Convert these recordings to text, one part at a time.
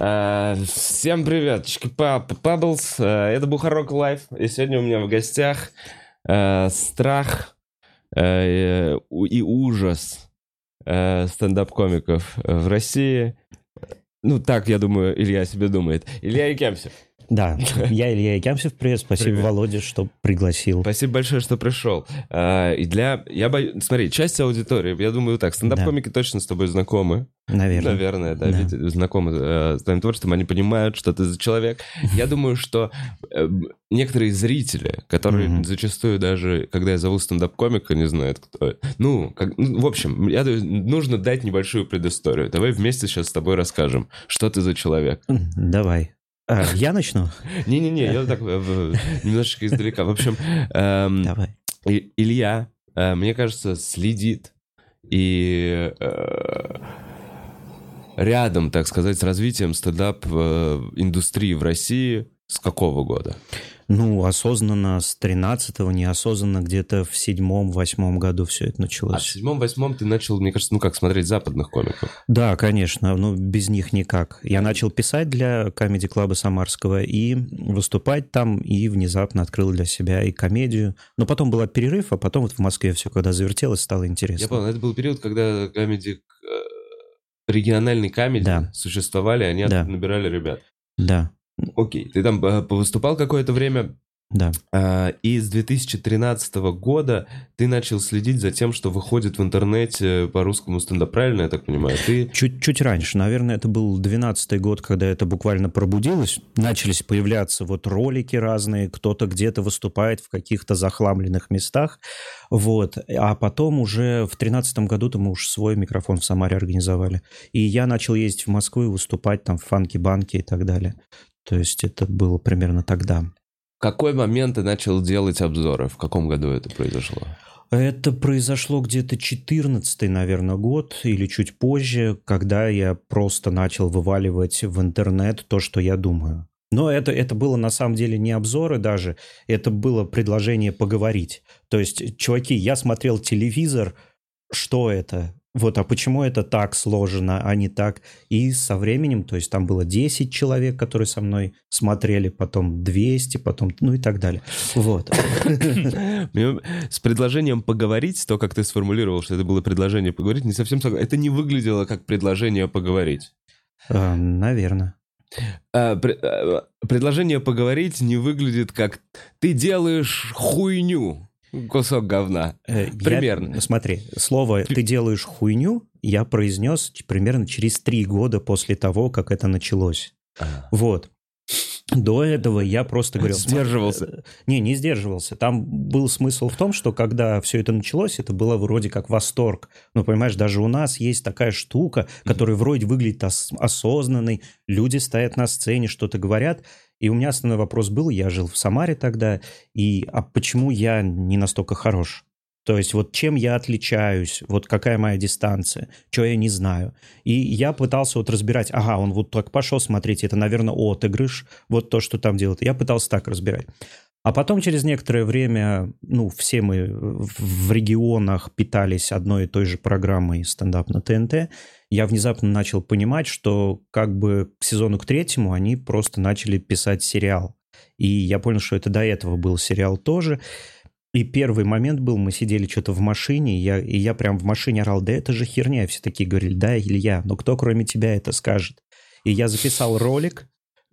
Всем привет, Паблс, это Бухарок Лайф, и сегодня у меня в гостях страх и ужас стендап-комиков в России. Ну, так, я думаю, Илья себе думает. Илья Якемсев. Да, я Илья Якемсев, привет, спасибо, привет. Володя, что пригласил. Спасибо большое, что пришел. Смотри, часть аудитории, я думаю так, стендап-комики точно с тобой знакомы. Наверное, да. Ведь знакомы с твоим творчеством, они понимают, что ты за человек. Я думаю, что некоторые зрители, которые зачастую даже, когда я зову стендап-комика, не знают, кто это. В общем, нужно дать небольшую предысторию. Давай вместе сейчас с тобой расскажем, что ты за человек. Давай. Я начну? Не-не-не, я так немножечко издалека. В общем, давай. Илья, мне кажется, следит и рядом, так сказать, с развитием стендап-индустрии в России с какого года? Осознанно с 13-го, неосознанно где-то в 7-8 году все это началось. А в 7-8 ты начал, мне кажется, смотреть западных комиков. Да, конечно, без них никак. Я начал писать для комеди-клаба Самарского и выступать там, и внезапно открыл для себя и комедию. Но потом был перерыв, а потом в Москве все, когда завертелось, стало интересно. Я понял, это был период, когда региональные комедии существовали, они набирали ребят. Да. Окей, ты там выступал какое-то время, да. И с 2013 года ты начал следить за тем, что выходит в интернете по русскому стендап, правильно я так понимаю? Чуть раньше, наверное, это был 12-й год, когда это буквально пробудилось, начались появляться ролики разные, кто-то где-то выступает в каких-то захламленных местах, а потом уже в 13-м году-то мы уж свой микрофон в Самаре организовали, и я начал ездить в Москву и выступать там в фанки-банке и так далее. То есть это было примерно тогда. В какой момент ты начал делать обзоры? В каком году это произошло? Это произошло где-то 14-й, наверное, год или чуть позже, когда я просто начал вываливать в интернет то, что я думаю. Но это было на самом деле не обзоры даже, это было предложение поговорить. То есть, чуваки, я смотрел телевизор, что это? А почему это так сложено, а не так? И со временем, то есть там было 10 человек, которые со мной смотрели, потом 200, потом, и так далее. С предложением поговорить, то, как ты сформулировал, что это было предложение поговорить, не совсем согласен. Это не выглядело как предложение поговорить. Наверное. Предложение поговорить не выглядит как «ты делаешь хуйню». Кусок говна. Примерно. Смотри, слово «ты делаешь хуйню» я произнес примерно через 3 года после того, как это началось. До этого я просто говорил... Сдерживался? Не сдерживался. Там был смысл в том, что когда все это началось, это было вроде как восторг. Понимаешь, даже у нас есть такая штука, которая вроде выглядит осознанной, люди стоят на сцене, что-то говорят. И у меня основной вопрос был, я жил в Самаре тогда, а почему я не настолько хорош? То есть чем я отличаюсь, какая моя дистанция, что я не знаю. И я пытался разбирать, он так пошел, смотрите, это, наверное, отыгрыш, то, что там делают. Я пытался так разбирать. А потом через некоторое время, все мы в регионах питались одной и той же программой стендап на ТНТ, я внезапно начал понимать, что к сезону к 3-му они просто начали писать сериал. И я понял, что это до этого был сериал тоже. И первый момент был, мы сидели что-то в машине, и я прям в машине орал, да это же херня. И все такие говорили, да, Илья, но кто кроме тебя это скажет? И я записал ролик,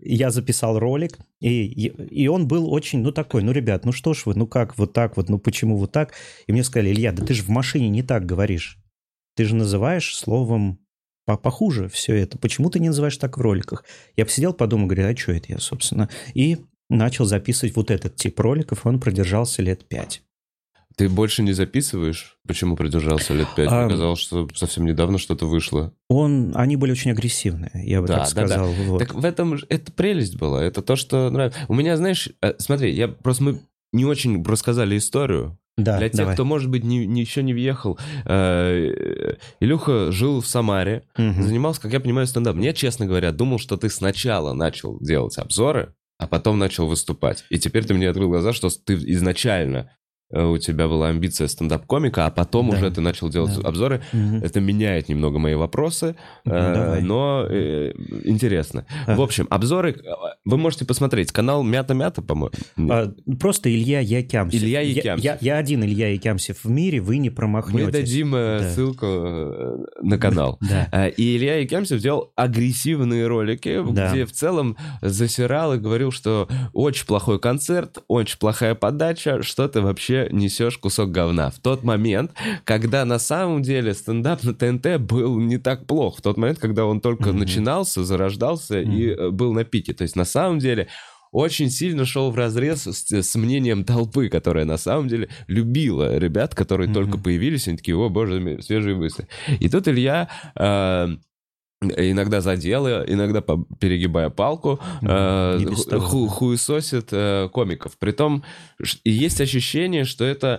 и он был очень, такой, ребят, что ж вы, как вот так почему вот так? И мне сказали, Илья, да ты же в машине не так говоришь. Ты же называешь словом похуже все это. Почему ты не называешь так в роликах? Я посидел, подумал, говорю, а что это я, собственно? И начал записывать этот тип роликов, и он продержался лет 5. Ты больше не записываешь? Почему продержался лет 5? Мне казалось, что совсем недавно что-то вышло. Они были очень агрессивные, я бы так сказал. Да. Так в этом это прелесть была. Это то, что нравится. У меня, знаешь, смотри, мы не очень рассказали историю. Да, для тех, кто, может быть, еще не въехал. Илюха жил в Самаре, занимался, как я понимаю, стендапом. Я, честно говоря, думал, что ты сначала начал делать обзоры, а потом начал выступать. И теперь ты мне открыл глаза, что ты изначально у тебя была амбиция стендап-комика, а потом уже ты начал делать обзоры. Это меняет немного мои вопросы, но интересно. В общем, обзоры вы можете посмотреть. Канал Мята-Мята, по-моему. Просто Илья Якямсев. Илья Якямсев. Я один Илья Якямсев в мире, вы не промахнетесь. Мы дадим ссылку на канал. И Илья Якямсев делал агрессивные ролики, где в целом засирал и говорил, что очень плохой концерт, очень плохая подача, что ты вообще несешь кусок говна. В тот момент, когда на самом деле стендап на ТНТ был не так плох. В тот момент, когда он только начинался, зарождался и был на пике. То есть на самом деле очень сильно шел вразрез с мнением толпы, которая на самом деле любила ребят, которые только появились, они такие: о боже, свежие мысли. И тут Илья... иногда задел, иногда перегибая палку, хуесосит комиков. Притом есть ощущение, что это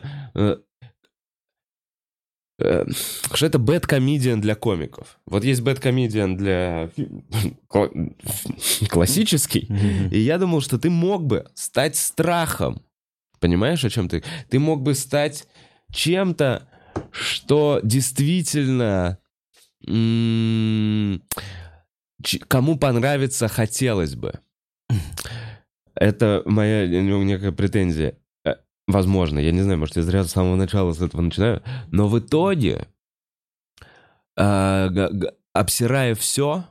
бэдкомедиан для комиков. Вот есть бэдкомедиан для классический, и я думал, что ты мог бы стать страхом. Понимаешь, о чем ты? Ты мог бы стать чем-то, что действительно... кому понравится, хотелось бы. Это моя некая претензия. Возможно, я не знаю, может, я зря с самого начала с этого начинаю, но в итоге, обсирая все,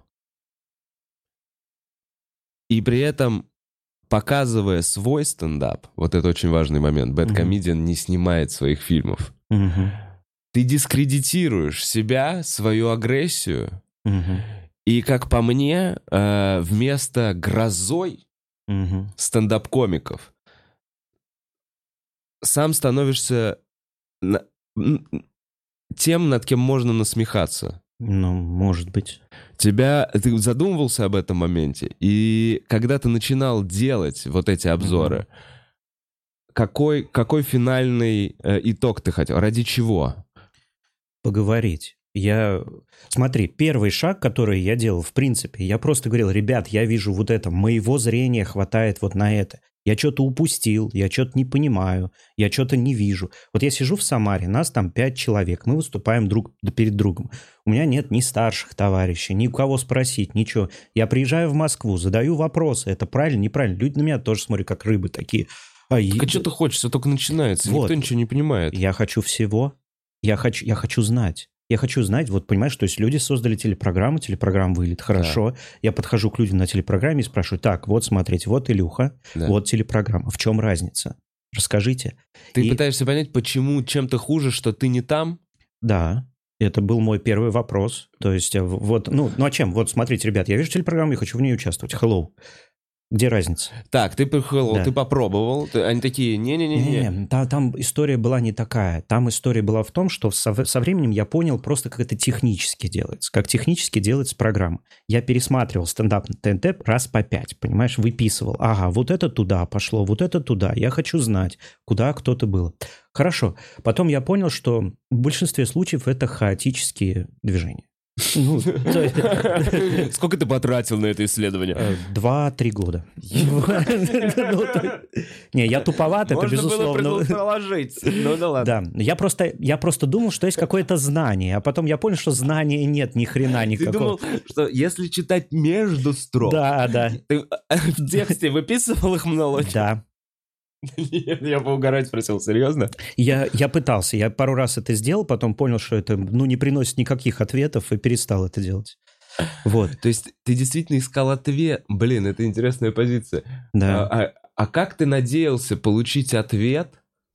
и при этом показывая свой стендап, вот это очень важный момент, бэдкомедиан не снимает своих фильмов. Ты дискредитируешь себя, свою агрессию, и, как по мне, вместо грозой стендап-комиков сам становишься тем, над кем можно насмехаться. Ну, может быть. Ты задумывался об этом моменте? И когда ты начинал делать вот эти обзоры, какой финальный итог ты хотел? Ради чего? Поговорить. Смотри, первый шаг, который я делал, в принципе, я просто говорил: ребят, я вижу вот это, моего зрения хватает вот на это. Я что-то упустил, я что-то не понимаю, я что-то не вижу. Вот я сижу в Самаре, нас там 5 человек, мы выступаем друг перед другом. У меня нет ни старших товарищей, ни у кого спросить, ничего. Я приезжаю в Москву, задаю вопросы, это правильно, неправильно. Люди на меня тоже смотрят, как рыбы такие. Что ты хочешь, все только начинается, вот. Никто ничего не понимает. Я хочу всего, я хочу знать. Я хочу знать, вот понимаешь, то есть люди создали телепрограмму «Вылет». Хорошо, да. Я подхожу к людям на телепрограмме и спрашиваю: так, вот смотрите, вот Илюха, вот телепрограмма. В чем разница? Расскажите. Ты пытаешься понять, почему чем-то хуже, что ты не там? Да, это был мой первый вопрос. То есть вот, ну а чем? Вот смотрите, ребят, я вижу телепрограмму, я хочу в ней участвовать. Hello. Где разница? Так, ты попробовал, они такие: не-не-не. Там история была не такая. Там история была в том, что со временем я понял просто, как это технически делается. Как технически делается программа. Я пересматривал стендап на ТНТ раз по 5, понимаешь, выписывал. Ага, вот это туда пошло, вот это туда. Я хочу знать, куда кто-то был. Хорошо. Потом я понял, что в большинстве случаев это хаотические движения. Сколько ты потратил на это исследование? 2-3 года. Не, я туповат, это безусловно. Можно было предположить. Ну да ладно. Да, я просто думал, что есть какое-то знание, а потом я понял, что знания нет ни хрена никакого. Ты думал, что если читать между строк... Да. Ты в тексте выписывал их много? Да. Я поугарать спросил, серьезно? Я пытался, я пару раз это сделал, потом понял, что это не приносит никаких ответов, и перестал это делать. Вот. То есть ты действительно искал ответ? Блин, это интересная позиция. Да. А как ты надеялся получить ответ,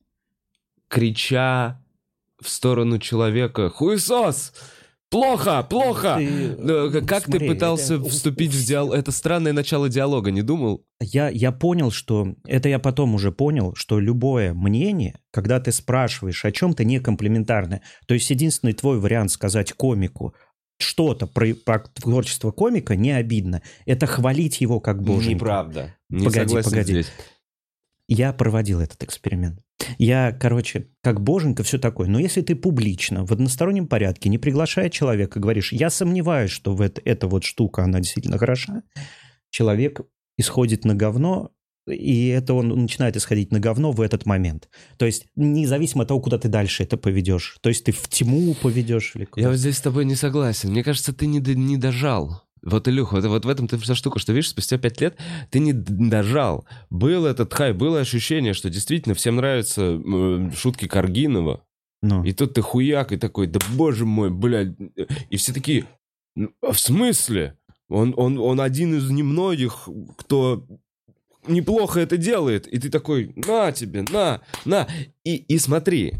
крича в сторону человека: «Хуесос! Плохо! Как ты пытался вступить в диалог? Это странное начало диалога, не думал? Я понял, что... Это я потом уже понял, что любое мнение, когда ты спрашиваешь о чем-то, не комплиментарное. То есть единственный твой вариант сказать комику что-то про творчество комика не обидно. Это хвалить его как боженька. Неправда. Погоди. Здесь. Я проводил этот эксперимент. Я, как боженька, все такое. Но если ты публично, в одностороннем порядке, не приглашая человека, говоришь: я сомневаюсь, что эта вот штука, она действительно хороша, человек исходит на говно, и это он начинает исходить на говно в этот момент. То есть независимо от того, куда ты дальше это поведешь. То есть ты в тьму поведешь или куда? Я вот здесь с тобой не согласен. Мне кажется, ты не дожал. Вот, Илюха, вот в этом-то вся штука, что, видишь, спустя 5 лет ты не дожал. Был этот хайп, было ощущение, что действительно всем нравятся шутки Каргинова. И тут ты хуяк и такой, да боже мой, блядь. И все такие, в смысле? Он один из немногих, кто неплохо это делает. И ты такой, на тебе, на. И смотри,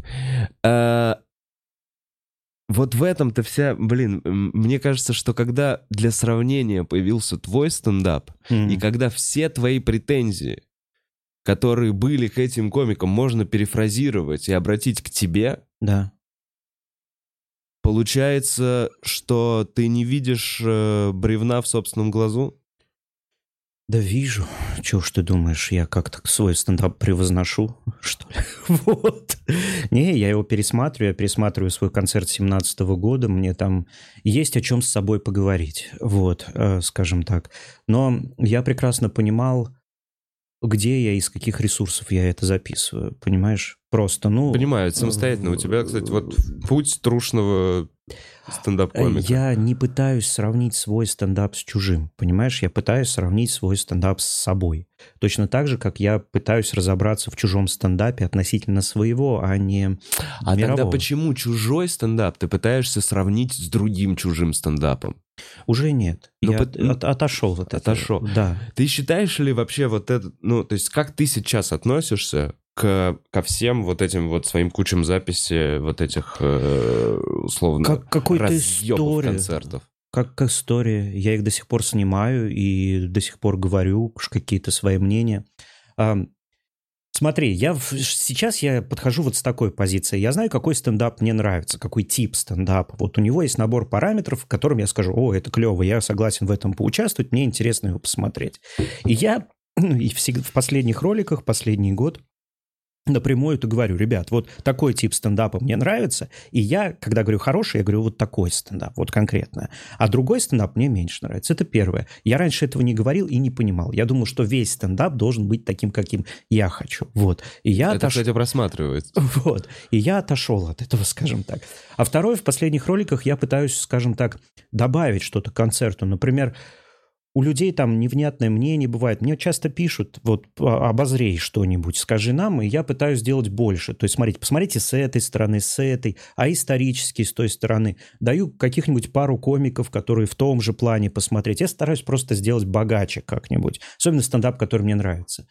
вот в этом-то вся, мне кажется, что когда для сравнения появился твой стендап, и когда все твои претензии, которые были к этим комикам, можно перефразировать и обратить к тебе, да. Получается, что ты не видишь бревна в собственном глазу? Да вижу. Чего ж ты думаешь, я как-то свой стендап превозношу, что ли? Вот. Не, я его пересматриваю. Я пересматриваю свой концерт 2017 года. Мне там есть о чем с собой поговорить. Вот, скажем так. Но я прекрасно понимал, где я, из каких ресурсов я это записываю. Понимаешь? Просто, Понимаю, самостоятельно. У тебя, кстати, вот путь трушного стендап-комика. Я не пытаюсь сравнить свой стендап с чужим, понимаешь? Я пытаюсь сравнить свой стендап с собой. Точно так же, как я пытаюсь разобраться в чужом стендапе относительно своего, а не А мирового. тогда почему чужой стендап ты пытаешься сравнить с другим чужим стендапом? Уже нет. Я отошел от этого. Отошел. Да. Ты считаешь ли вообще вот это... то есть как ты сейчас относишься ко всем вот этим вот своим кучам записей, вот этих, условно, разъебов концертов? Как история. Я их до сих пор снимаю и до сих пор говорю какие-то свои мнения. Смотри, сейчас я подхожу вот с такой позиции. Я знаю, какой стендап мне нравится, какой тип стендапа. Вот у него есть набор параметров, в котором я скажу, это клево, я согласен в этом поучаствовать, мне интересно его посмотреть. И я в последних роликах, последний год, напрямую это говорю, ребят, вот такой тип стендапа мне нравится, и я, когда говорю хороший, я говорю вот такой стендап, вот конкретно. А другой стендап мне меньше нравится. Это первое. Я раньше этого не говорил и не понимал. Я думал, что весь стендап должен быть таким, каким я хочу. Вот. И я кстати, просматривается. Вот. И я отошел от этого, скажем так. А второе, в последних роликах я пытаюсь, скажем так, добавить что-то к концерту. Например, у людей там невнятное мнение бывает. Мне часто пишут, вот, обозрей что-нибудь, скажи нам, и я пытаюсь сделать больше. То есть, посмотрите с этой стороны, с этой, а исторически с той стороны. Даю каких-нибудь пару комиков, которые в том же плане посмотреть. Я стараюсь просто сделать богаче как-нибудь. Особенно стендап, который мне нравится.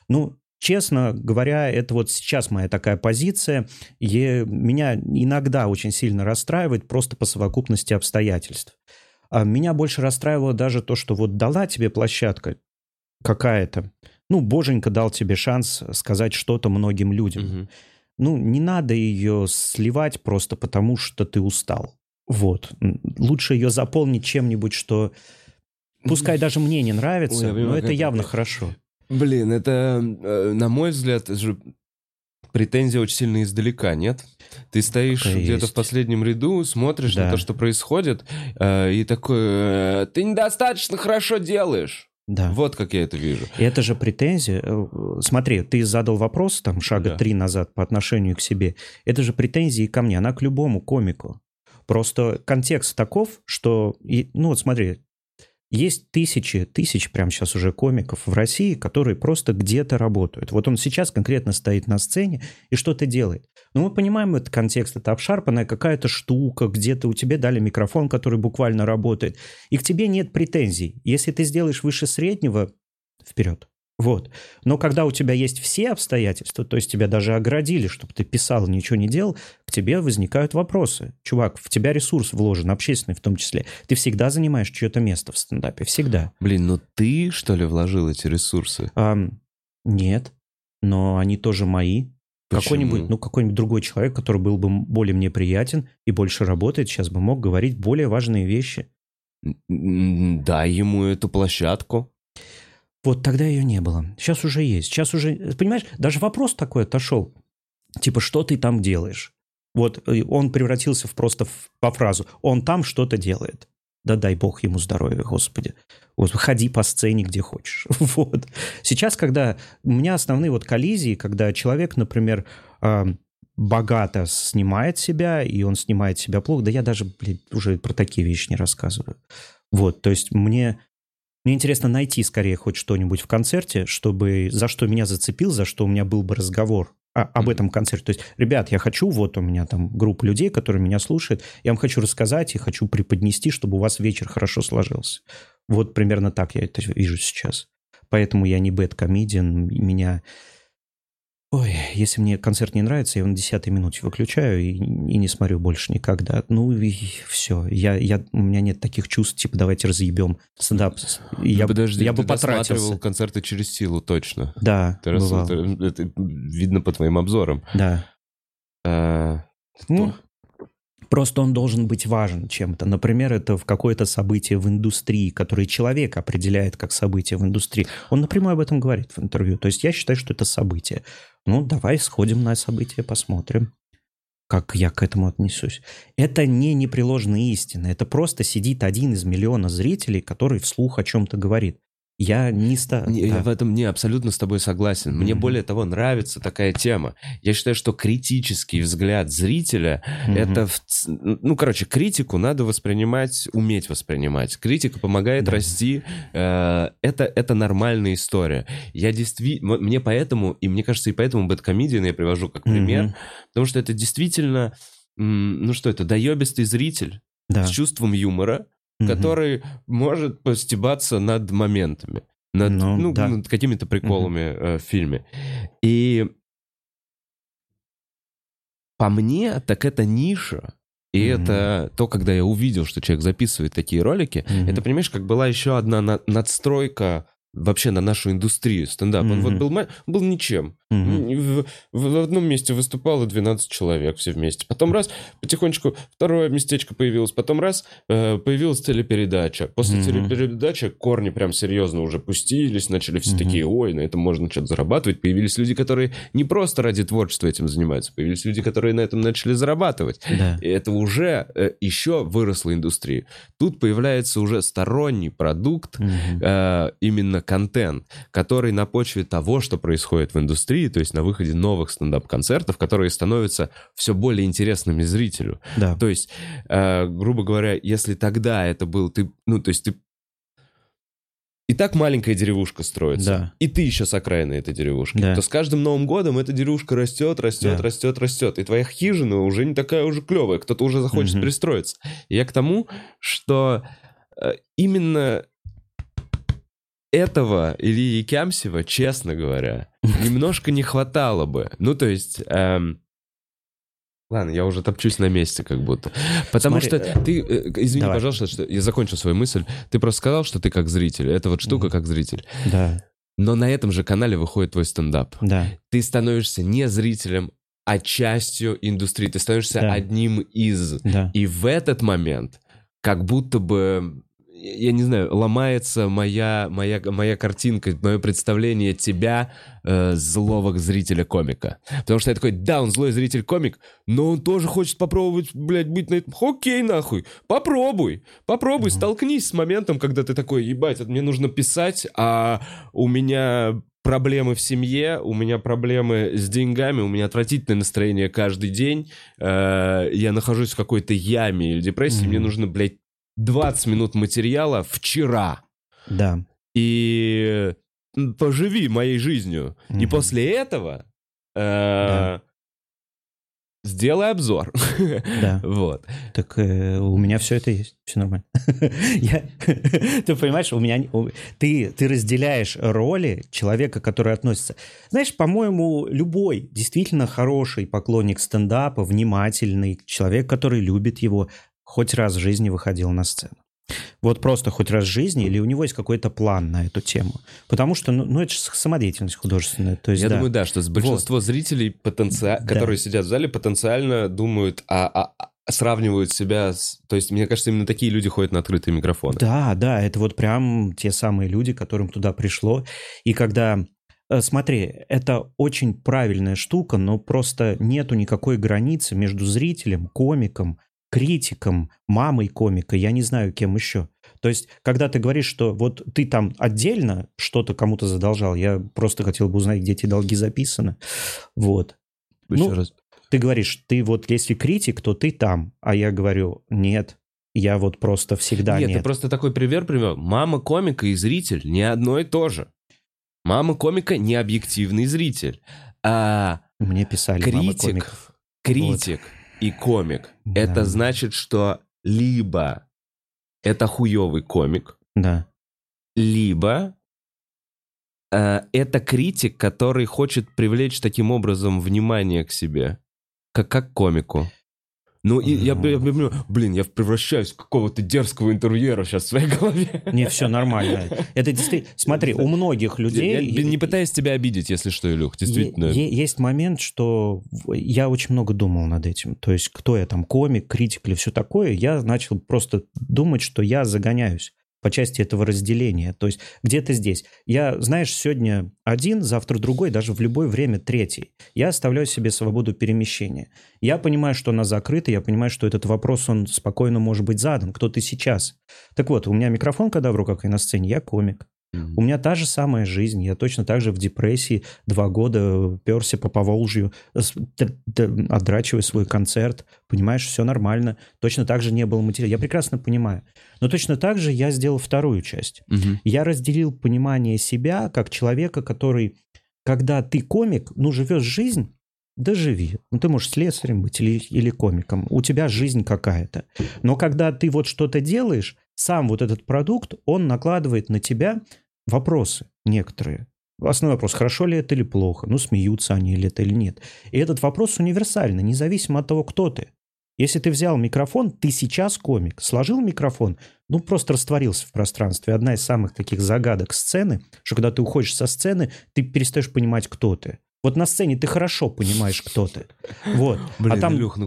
Честно говоря, это вот сейчас моя такая позиция. Меня иногда очень сильно расстраивает просто по совокупности обстоятельств. А меня больше расстраивало даже то, что вот дала тебе площадка какая-то. Боженька дал тебе шанс сказать что-то многим людям. Не надо ее сливать просто потому, что ты устал. Вот. Лучше ее заполнить чем-нибудь, что пускай даже мне не нравится, но это явно хорошо. Это, на мой взгляд, претензия очень сильно издалека, нет? Ты стоишь где-то в последнем ряду, смотришь на то, что происходит, и такой, ты недостаточно хорошо делаешь. Да. Вот как я это вижу. И это же претензия. Смотри, ты задал вопрос там шага 3 назад по отношению к себе. Это же претензия ко мне, она к любому комику. Просто контекст таков, что... смотри, есть тысячи прямо сейчас уже комиков в России, которые просто где-то работают. Вот он сейчас конкретно стоит на сцене и что-то делает. Мы понимаем этот контекст, это обшарпанная какая-то штука, где-то у тебя дали микрофон, который буквально работает, и к тебе нет претензий. Если ты сделаешь выше среднего, вперед. Вот. Но когда у тебя есть все обстоятельства, то есть тебя даже оградили, чтобы ты писал, ничего не делал, к тебе возникают вопросы. Чувак, в тебя ресурс вложен, общественный в том числе. Ты всегда занимаешь чье-то место в стендапе, всегда. Ты, что ли, вложил эти ресурсы? Нет, но они тоже мои. Какой-нибудь другой человек, который был бы более мне приятен и больше работает, сейчас бы мог говорить более важные вещи. Дай ему эту площадку. Вот тогда ее не было. Сейчас уже есть. Сейчас уже, понимаешь, даже вопрос такой отошел. Типа, что ты там делаешь? Вот он превратился просто по фразу. Он там что-то делает. да дай бог ему здоровья, Господи. Вот, ходи по сцене, где хочешь. Вот. Сейчас, когда у меня основные вот коллизии, когда человек, например, богато снимает себя, и он снимает себя плохо, да я даже, уже про такие вещи не рассказываю. Вот, то есть мне интересно найти скорее хоть что-нибудь в концерте, чтобы за что меня зацепил, за что у меня был бы разговор об этом концерте. То есть, ребят, я хочу, вот у меня там группа людей, которые меня слушают, я вам хочу рассказать и хочу преподнести, чтобы у вас вечер хорошо сложился. Вот примерно так я это вижу сейчас. Поэтому я не бэд-комедиан, меня... Ой, если мне концерт не нравится, я его на 10-й минуте выключаю и не смотрю больше никогда. Ну и все. У меня нет таких чувств, типа, давайте разъебем стендап. Подожди, я ты бы потратился. Досматривал концерты через силу, точно. Да, бывало. Это видно по твоим обзорам. Да. Просто он должен быть важен чем-то. Например, это в какое-то событие в индустрии, которое человек определяет как событие в индустрии. Он напрямую об этом говорит в интервью. То есть я считаю, что это событие. Ну, давай сходим на событие, посмотрим, как я к этому отнесусь. Это не непреложная истина. Это просто сидит один из миллиона зрителей, который вслух о чем-то говорит. Я в этом не абсолютно с тобой согласен. Мне более того нравится такая тема. Я считаю, что критический взгляд зрителя это... критику надо уметь воспринимать. Критика помогает расти. Это нормальная история. Мне поэтому, и мне кажется, и поэтому бэдкомедиан я привожу как пример, потому что это действительно, это доебистый зритель с чувством юмора, который может постебаться над моментами, над какими-то приколами в фильме. И по мне, так это ниша. И это то, когда я увидел, что человек записывает такие ролики, это, понимаешь, как была еще одна надстройка вообще на нашу индустрию стендапа. Он вот был ничем. В одном месте выступало 12 человек все вместе. Потом раз, потихонечку второе местечко появилось. Потом раз, появилась телепередача. После телепередачи корни прям серьезно уже пустились. Начали все такие, ой, на этом можно что-то зарабатывать. Появились люди, которые не просто ради творчества этим занимаются. Появились люди, которые на этом начали зарабатывать. Да. И это уже еще выросла индустрия. Тут появляется уже сторонний продукт, именно контент, который на почве того, что происходит в индустрии, то есть на выходе новых стендап-концертов, которые становятся все более интересными зрителю. Да. То есть, грубо говоря, если тогда это был... И так маленькая деревушка строится, да. И ты еще с окраины этой деревушки, да. То с каждым Новым годом эта деревушка растет. И твоя хижина уже не такая уже клевая, кто-то уже захочет пристроиться. И я к тому, что именно... этого Ильи Якямсева, честно говоря, немножко не хватало бы. То есть... Ладно, я уже топчусь на месте как будто. Потому что ты... Извини, пожалуйста, что я закончил свою мысль. Ты просто сказал, что ты как зритель. Это вот штука как зритель. Да. Но на этом же канале выходит твой стендап. Да. Ты становишься не зрителем, а частью индустрии. Ты становишься одним из... Да. И в этот момент как будто бы... Я не знаю, ломается моя картинка, мое представление тебя, злого зрителя-комика. Потому что я такой, да, он злой зритель-комик, но он тоже хочет попробовать, блядь, быть на этом. Окей, нахуй, попробуй, столкнись с моментом, когда ты такой, ебать, мне нужно писать, а у меня... проблемы в семье, у меня проблемы с деньгами, у меня отвратительное настроение каждый день, я нахожусь в какой-то яме или депрессии, мне нужно, блядь, 20 минут материала вчера. Да. И поживи моей жизнью. И после этого сделай обзор. Да. Вот. Так у меня все это есть. Все нормально. Ты понимаешь, ты разделяешь роли человека, который относится... Знаешь, по-моему, любой действительно хороший поклонник стендапа, внимательный человек, который любит его, хоть раз в жизни выходил на сцену. Вот просто хоть раз в жизни, или у него есть какой-то план на эту тему. Потому что, это же самодеятельность художественная. То есть, я думаю, да, что большинство зрителей, которые сидят в зале, потенциально думают, сравнивают себя с... То есть, мне кажется, именно такие люди ходят на открытые микрофоны. Да, это вот прям те самые люди, которым туда пришло. И когда... Смотри, это очень правильная штука, но просто нету никакой границы между зрителем, комиком, критиком, мамой комика, я не знаю, кем еще. То есть, когда ты говоришь, что вот ты там отдельно что-то кому-то задолжал, я просто хотел бы узнать, где эти долги записаны. Вот. Еще раз. Ты говоришь, ты вот если критик, то ты там. А я говорю, нет, я вот просто всегда нет. Нет, ты просто такой пример привел. Мама комика и зритель не одно и то же. Мама комика не объективный зритель. А мне писали критик вот. И комик. Да. Это значит, что либо это хуёвый комик, да. либо это критик, который хочет привлечь таким образом внимание к себе, как к комику. Ну, и я понимаю, я превращаюсь в какого-то дерзкого интервьюера сейчас в своей голове. Не, все нормально. Это действительно... Смотри, у многих людей... Я не пытаюсь тебя обидеть, если что, Илюх, действительно. Есть момент, что я очень много думал над этим. То есть, кто я там, комик, критик или все такое, я начал просто думать, что я загоняюсь по части этого разделения. То есть где-то здесь. Я, знаешь, сегодня один, завтра другой, даже в любое время третий. Я оставляю себе свободу перемещения. Я понимаю, что она закрыта, я понимаю, что этот вопрос, он спокойно может быть задан. Кто ты сейчас? Так вот, у меня микрофон, когда в руках и на сцене, я комик. У меня та же самая жизнь. Я точно так же в депрессии 2 года перся по Поволжью, отдрачивая свой концерт. Понимаешь, все нормально. Точно так же не было материала. Я прекрасно понимаю. Но точно так же я сделал вторую часть. Я разделил понимание себя как человека, который, когда ты комик, живешь жизнь, да живи. Ты можешь слесарем быть или комиком. У тебя жизнь какая-то. Но когда ты вот что-то делаешь, сам вот этот продукт, он накладывает на тебя вопросы некоторые. Основной вопрос, хорошо ли это или плохо, смеются они или это или нет. И этот вопрос универсальный, независимо от того, кто ты. Если ты взял микрофон, ты сейчас комик. Сложил микрофон, просто растворился в пространстве. Одна из самых таких загадок сцены, что когда ты уходишь со сцены, ты перестаешь понимать, кто ты. Вот на сцене ты хорошо понимаешь, кто ты. Вот. Илюх,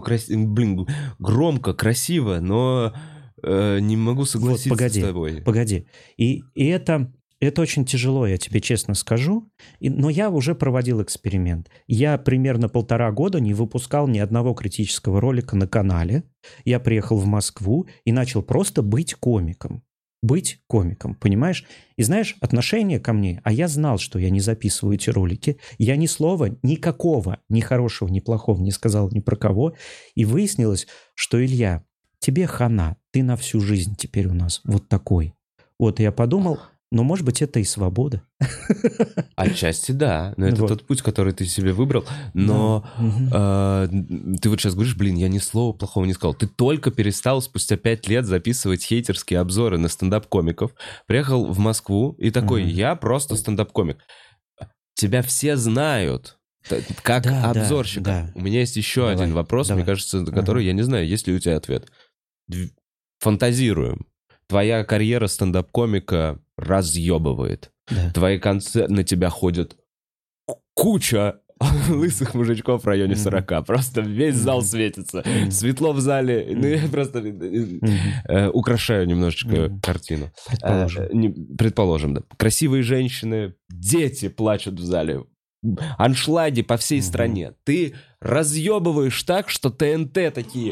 громко, красиво, но не могу согласиться с тобой. Погоди. И это очень тяжело, я тебе честно скажу. Но я уже проводил эксперимент. Я примерно 1,5 года не выпускал ни одного критического ролика на канале. Я приехал в Москву и начал просто быть комиком. Быть комиком, понимаешь? И знаешь, отношение ко мне, а я знал, что я не записываю эти ролики. Я ни слова никакого, ни хорошего, ни плохого не сказал ни про кого. И выяснилось, что, Илья, тебе хана, ты на всю жизнь теперь у нас вот такой. Вот я подумал... Но, может быть, это и свобода. Отчасти да. Но это тот путь, который ты себе выбрал. Но ты вот сейчас говоришь, я ни слова плохого не сказал. Ты только перестал спустя 5 лет записывать хейтерские обзоры на стендап-комиков. Приехал в Москву и такой, я просто стендап-комик. Тебя все знают как обзорщика. Да. У меня есть еще один вопрос, мне кажется, на который я не знаю, есть ли у тебя ответ. Фантазируем. Твоя карьера стендап-комика разъебывает. Да. Твои концерты, на тебя ходят куча лысых мужичков в районе 40. Просто весь зал светится. Светло в зале. Я просто украшаю немножечко картину. Предположим, да. Красивые женщины, дети плачут в зале. Аншлаги по всей стране. Ты разъебываешь так, что ТНТ такие...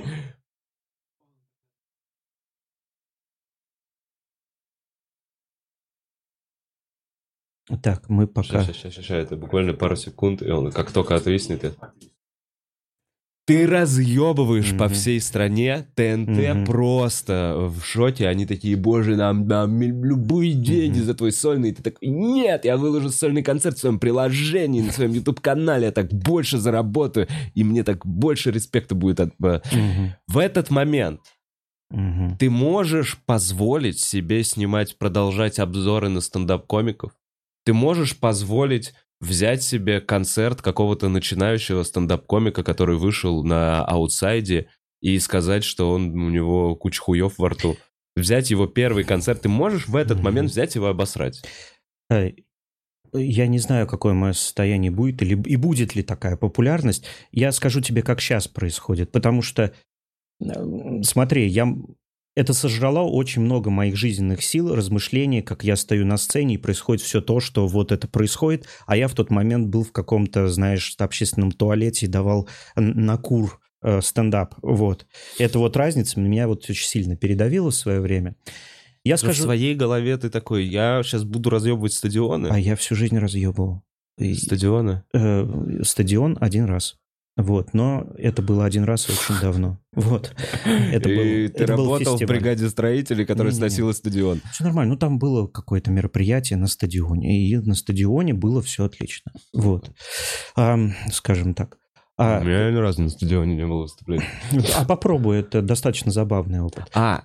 Так, мы пока... Сейчас, это буквально пару секунд, и он как только отвиснет... Ты разъебываешь по всей стране, ТНТ просто в шоке, они такие, боже, нам любые деньги за твой сольный, и ты такой, нет, я выложу сольный концерт в своем приложении, на своем YouTube-канале, я так больше заработаю, и мне так больше респекта будет В этот момент ты можешь позволить себе продолжать обзоры на стендап-комиков? Ты можешь позволить взять себе концерт какого-то начинающего стендап-комика, который вышел на аутсайде, и сказать, что у него куча хуев во рту. Взять его первый концерт. Ты можешь в этот момент взять его и обосрать? Я не знаю, какое мое состояние будет, и будет ли такая популярность. Я скажу тебе, как сейчас происходит. Потому что, смотри, это сожрало очень много моих жизненных сил, размышлений, как я стою на сцене, и происходит все то, что вот это происходит, а я в тот момент был в каком-то, знаешь, общественном туалете и давал накур стендап. Вот. Эта вот разница меня вот очень сильно передавила в свое время. Я скажу... В своей голове ты такой, я сейчас буду разъебывать стадионы? А я всю жизнь разъебывал. Стадионы? Стадион один раз. Вот, но это было один раз очень давно. Вот. Ты работал в бригаде строителей, которая сносила стадион? Все нормально. Ну, там было какое-то мероприятие на стадионе, и на стадионе было все отлично. Вот. Скажем так. У меня ни разу на стадионе не было выступления. Попробуй, это достаточно забавный опыт.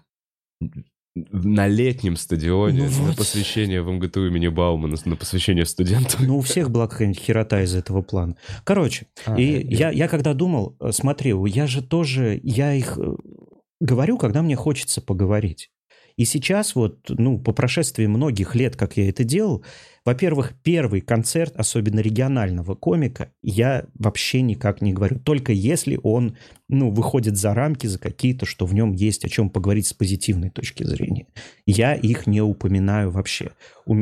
На летнем стадионе, на посвящение в МГТУ имени Баумана, на посвящение студентам. Ну, у всех была какая-нибудь херота из этого плана. Короче, я когда думал, смотри, я их говорю, когда мне хочется поговорить. И сейчас вот, по прошествии многих лет, как я это делал, во-первых, первый концерт, особенно регионального комика, я вообще никак не говорю. Только если он, выходит за рамки, за какие-то, что в нем есть о чем поговорить с позитивной точки зрения. Я их не упоминаю вообще.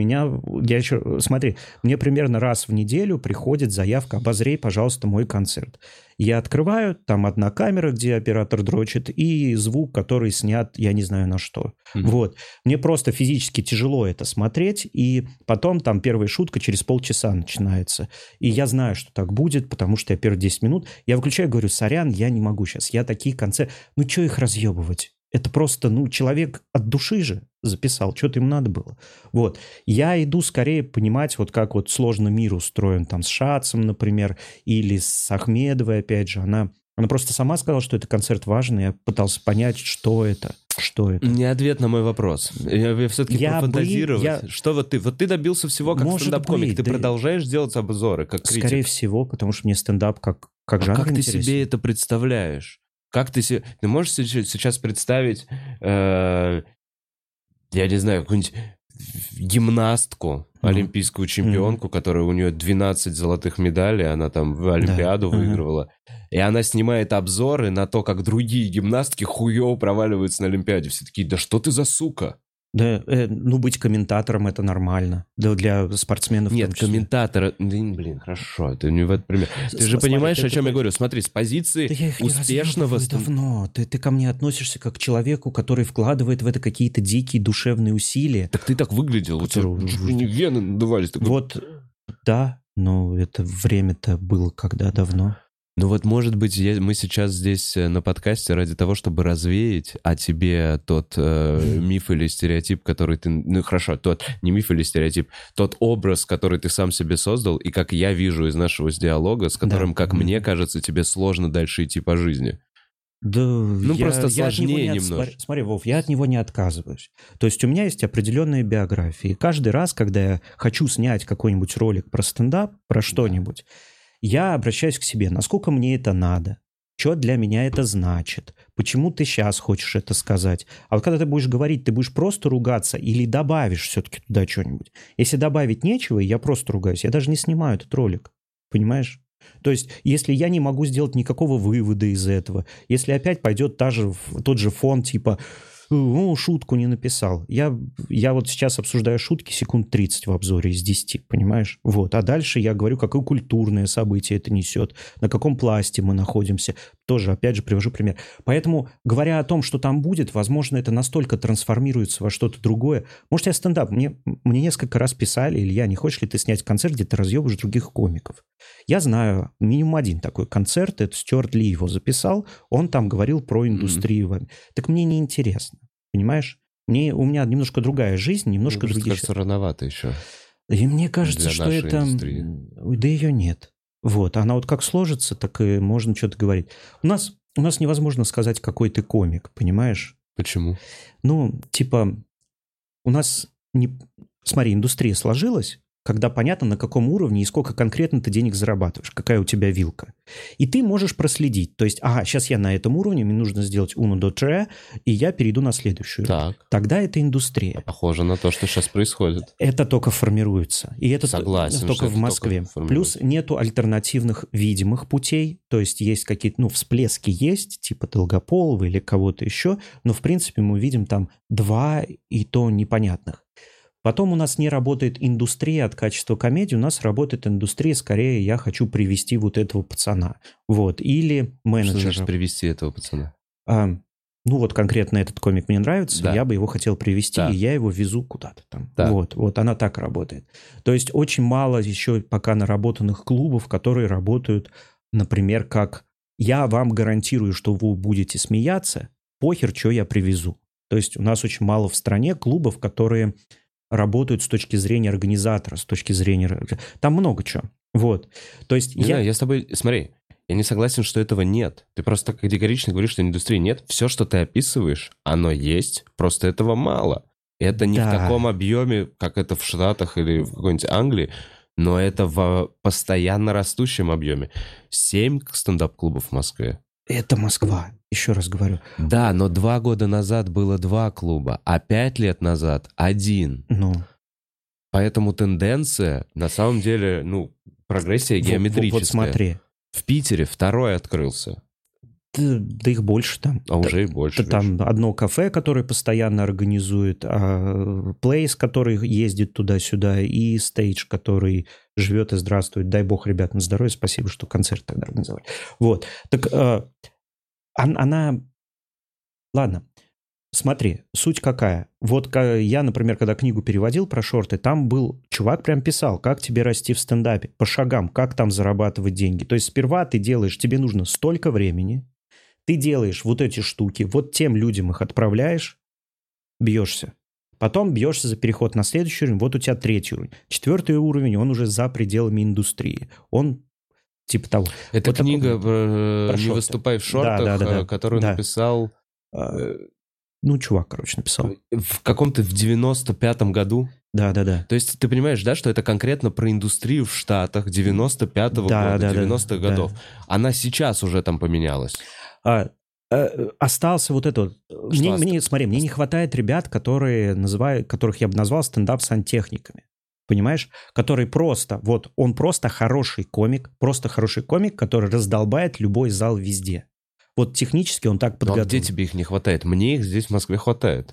Смотри, мне примерно раз в неделю приходит заявка: обозрей, пожалуйста, мой концерт. Я открываю, там одна камера, где оператор дрочит, и звук, который снят, я не знаю на что. Вот. Мне просто физически тяжело это смотреть, и потом там первая шутка через полчаса начинается. И я знаю, что так будет, потому что я первые 10 минут, я выключаю и говорю: сорян, я не могу сейчас, я такие концерты... что их разъебывать? Это просто, человек от души же записал, что-то им надо было. Вот. Я иду скорее понимать, вот как вот сложно мир устроен там с Шацем, например, или с Ахмедовой, опять же. Она просто сама сказала, что это концерт важный. Я пытался понять, что это. Не ответ на мой вопрос. Я все-таки профантазировать. Что вот ты добился всего как стендап-комик. Ты продолжаешь делать обзоры как критик? Скорее всего, потому что мне стендап как жанр как интересен. ты себе это представляешь? Как ты можешь сейчас представить, я не знаю, какую-нибудь гимнастку, олимпийскую чемпионку, которая у нее 12 золотых медалей, она там в Олимпиаду выигрывала, и она снимает обзоры на то, как другие гимнастки хуёво проваливаются на Олимпиаде. Все такие: да что ты за сука? Да, быть комментатором — это нормально. Да, для спортсменов. Нет, комментатора... хорошо, это не в этот пример. Ты же понимаешь, о чем я говорю? Смотри, с позиции успешного... давно. Ты ко мне относишься как к человеку, который вкладывает в это какие-то дикие душевные усилия. Так ты так выглядел. У тебя вены надувались. Вот, да, но это время-то было когда давно. Может быть, мы сейчас здесь на подкасте ради того, чтобы развеять о тебе тот миф или стереотип, который ты... не миф или стереотип, тот образ, который ты сам себе создал, и как я вижу из нашего диалога, с которым, как мне кажется, тебе сложно дальше идти по жизни. Да, просто сложнее немножко. Смотри, Вов, я от него не отказываюсь. То есть у меня есть определенная биография. И каждый раз, когда я хочу снять какой-нибудь ролик про стендап, про что-нибудь, я обращаюсь к себе, насколько мне это надо, что для меня это значит, почему ты сейчас хочешь это сказать. А вот когда ты будешь говорить, ты будешь просто ругаться или добавишь все-таки туда что-нибудь. Если добавить нечего, я просто ругаюсь, я даже не снимаю этот ролик, понимаешь? То есть, если я не могу сделать никакого вывода из этого, если опять пойдет тот же фон типа... шутку не написал. Я вот сейчас обсуждаю шутки секунд 30 в обзоре из 10, понимаешь? Вот. А дальше я говорю, какое культурное событие это несет, на каком пласте мы находимся. Тоже, опять же, привожу пример. Поэтому, говоря о том, что там будет, возможно, это настолько трансформируется во что-то другое. Может, я стендап. Мне несколько раз писали: Илья, не хочешь ли ты снять концерт, где ты разъебываешь других комиков? Я знаю минимум один такой концерт, это Стюарт Ли его записал, он там говорил про индустрию. Так мне не интересно. Понимаешь? У меня немножко другая жизнь, немножко другие... Кажется, рановато еще. И мне кажется, что это... индустрии. Да ее нет. Вот. Она вот как сложится, так и можно что-то говорить. У нас невозможно сказать, какой ты комик, понимаешь? Почему? У нас... Смотри, индустрия сложилась, когда понятно, на каком уровне и сколько конкретно ты денег зарабатываешь, какая у тебя вилка. И ты можешь проследить. То есть, сейчас я на этом уровне, мне нужно сделать uno do tre, и я перейду на следующую. Так. Тогда это индустрия. Похоже на то, что сейчас происходит. Это только формируется. И это согласен, только в Москве. Плюс нету альтернативных видимых путей. То есть какие-то, всплески есть, типа Долгополова или кого-то еще. Но, в принципе, мы видим там 2 и то непонятных. Потом у нас не работает индустрия от качества комедии, у нас работает индустрия, скорее, я хочу привести вот этого пацана. Вот. Или менеджера. Что значит привести этого пацана? Ну вот конкретно этот комик мне нравится, Да. я бы его хотел привести, Да. и я его везу куда-то там. Да. Вот она так работает. То есть очень мало еще пока наработанных клубов, которые работают, например, как «я вам гарантирую, что вы будете смеяться, похер, что я привезу». То есть у нас очень мало в стране клубов, которые работают с точки зрения организатора, с точки зрения... Там много чего. Вот. То есть Не знаю, я с тобой... Смотри, я не согласен, что этого нет. Ты просто категорично говоришь, что индустрии нет. Все, что ты описываешь, оно есть, просто этого мало. Это не в таком объеме, как это в Штатах или в какой-нибудь Англии, но это в постоянно растущем объеме. 7 стендап-клубов в Москве. Это Москва, еще раз говорю. Да, но 2 года назад было 2 клуба, а 5 лет назад 1. Ну. Поэтому тенденция, на самом деле, прогрессия геометрическая. Вот смотри. В Питере 2 открылся. Да их больше там. А уже и больше. Там одно кафе, которое постоянно организует, Плейс, который ездит туда-сюда, и Стейдж, который живет и здравствует. Дай бог ребятам здоровья, спасибо, что концерт тогда организовали. Вот. Так она... Ладно. Смотри, суть какая. Вот я, например, когда книгу переводил про шорты, там был чувак прям писал, как тебе расти в стендапе, по шагам, как там зарабатывать деньги. То есть сперва ты делаешь, тебе нужно столько времени, ты делаешь вот эти штуки, вот тем людям их отправляешь, бьешься. Потом бьешься за переход на следующий уровень, вот у тебя 3-й уровень. 4-й уровень, он уже за пределами индустрии. Он типа того. Это вот книга про «Не выступай в шортах», которую написал... чувак, короче, написал. В каком-то в 95-м году. Да. То есть ты понимаешь, да, что это конкретно про индустрию в Штатах 95-го года, 90-х годов. Она сейчас уже там поменялась. Остался вот это вот. Мне не хватает ребят, которых я бы назвал стендап-сантехниками. Понимаешь? Который просто, он просто хороший комик, который раздолбает любой зал везде. Вот технически он так подготовлен. А где тебе их не хватает? Мне их здесь в Москве хватает.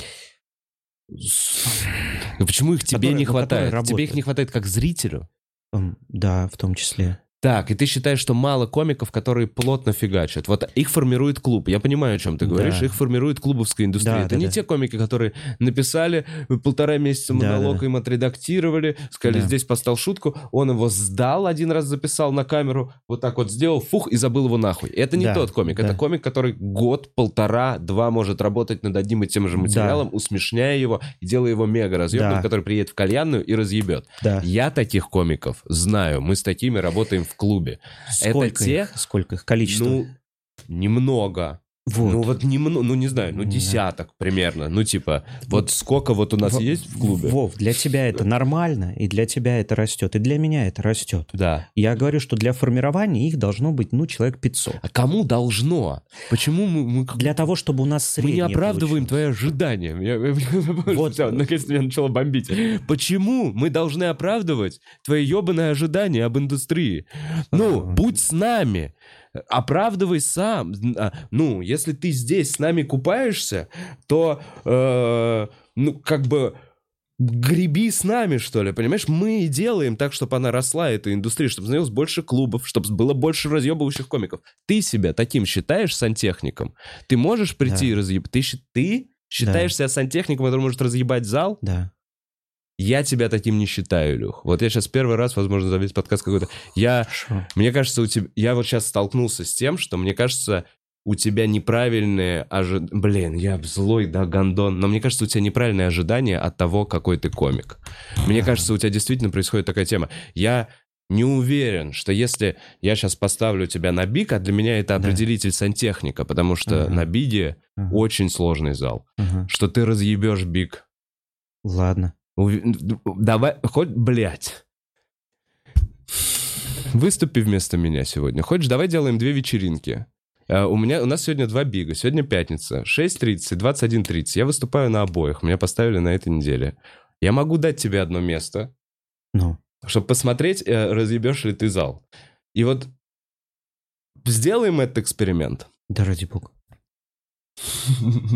Почему их тебе не хватает? Тебе их не хватает как зрителю? Да, в том числе. Так, и ты считаешь, что мало комиков, которые плотно фигачат. Вот их формирует клуб. Я понимаю, о чем ты говоришь. Их формирует клубовская индустрия. Это не те комики, которые написали 1,5 месяца монолог, им отредактировали, сказали, здесь поставил шутку, он его сдал, 1 раз записал на камеру, вот так вот сделал, и забыл его нахуй. Это не тот комик. Это комик, который 1, 1,5, 2 может работать над одним и тем же материалом, усмешняя его, и делая его мега разъебным, который приедет в кальянную и разъебет. Я таких комиков знаю. Мы с такими работаем в клубе. Сколько их? Количество? Немного. Вот. Не знаю, десяток примерно. Вот сколько вот у нас есть в клубе. Вов, для тебя это нормально, и для тебя это растет, и для меня это растет. Да. Я говорю, что для формирования их должно быть, человек 500. А кому должно? Почему мы... Для того, чтобы у нас среднее Мы не оправдываем твои ожидания. Вот. Все, наконец-то меня начало бомбить. Почему мы должны оправдывать твои ебаные ожидания об индустрии? Будь с нами. Оправдывай сам. Если ты здесь с нами купаешься, то, греби с нами, что ли, понимаешь? Мы и делаем так, чтобы она росла, эта индустрия, чтобы становилось больше клубов, чтобы было больше разъебывающих комиков. Ты себя таким считаешь сантехником? Ты можешь прийти и разъебать? Ты считаешь себя сантехником, который может разъебать зал? Да. Я тебя таким не считаю, Илюх. Вот я сейчас первый раз, возможно, за весь подкаст какой-то... Мне кажется, я вот сейчас столкнулся с тем, что, мне кажется, у тебя неправильные ожидания... Блин, я злой, да, гондон. Но мне кажется, у тебя неправильные ожидания от того, какой ты комик. Мне кажется, у тебя действительно происходит такая тема. Я не уверен, что если я сейчас поставлю тебя на биг, а для меня это определитель сантехника, потому что на биге очень сложный зал, что ты разъебешь биг. Ладно. Давай, блядь. Выступи вместо меня сегодня. Хочешь, давай делаем 2 вечеринки. У нас сегодня 2 бига. Сегодня пятница. 6:30, 21:30. Я выступаю на обоих. Меня поставили на этой неделе. Я могу дать тебе одно место, чтобы посмотреть, разъебешь ли ты зал. И вот сделаем этот эксперимент. Да ради бога.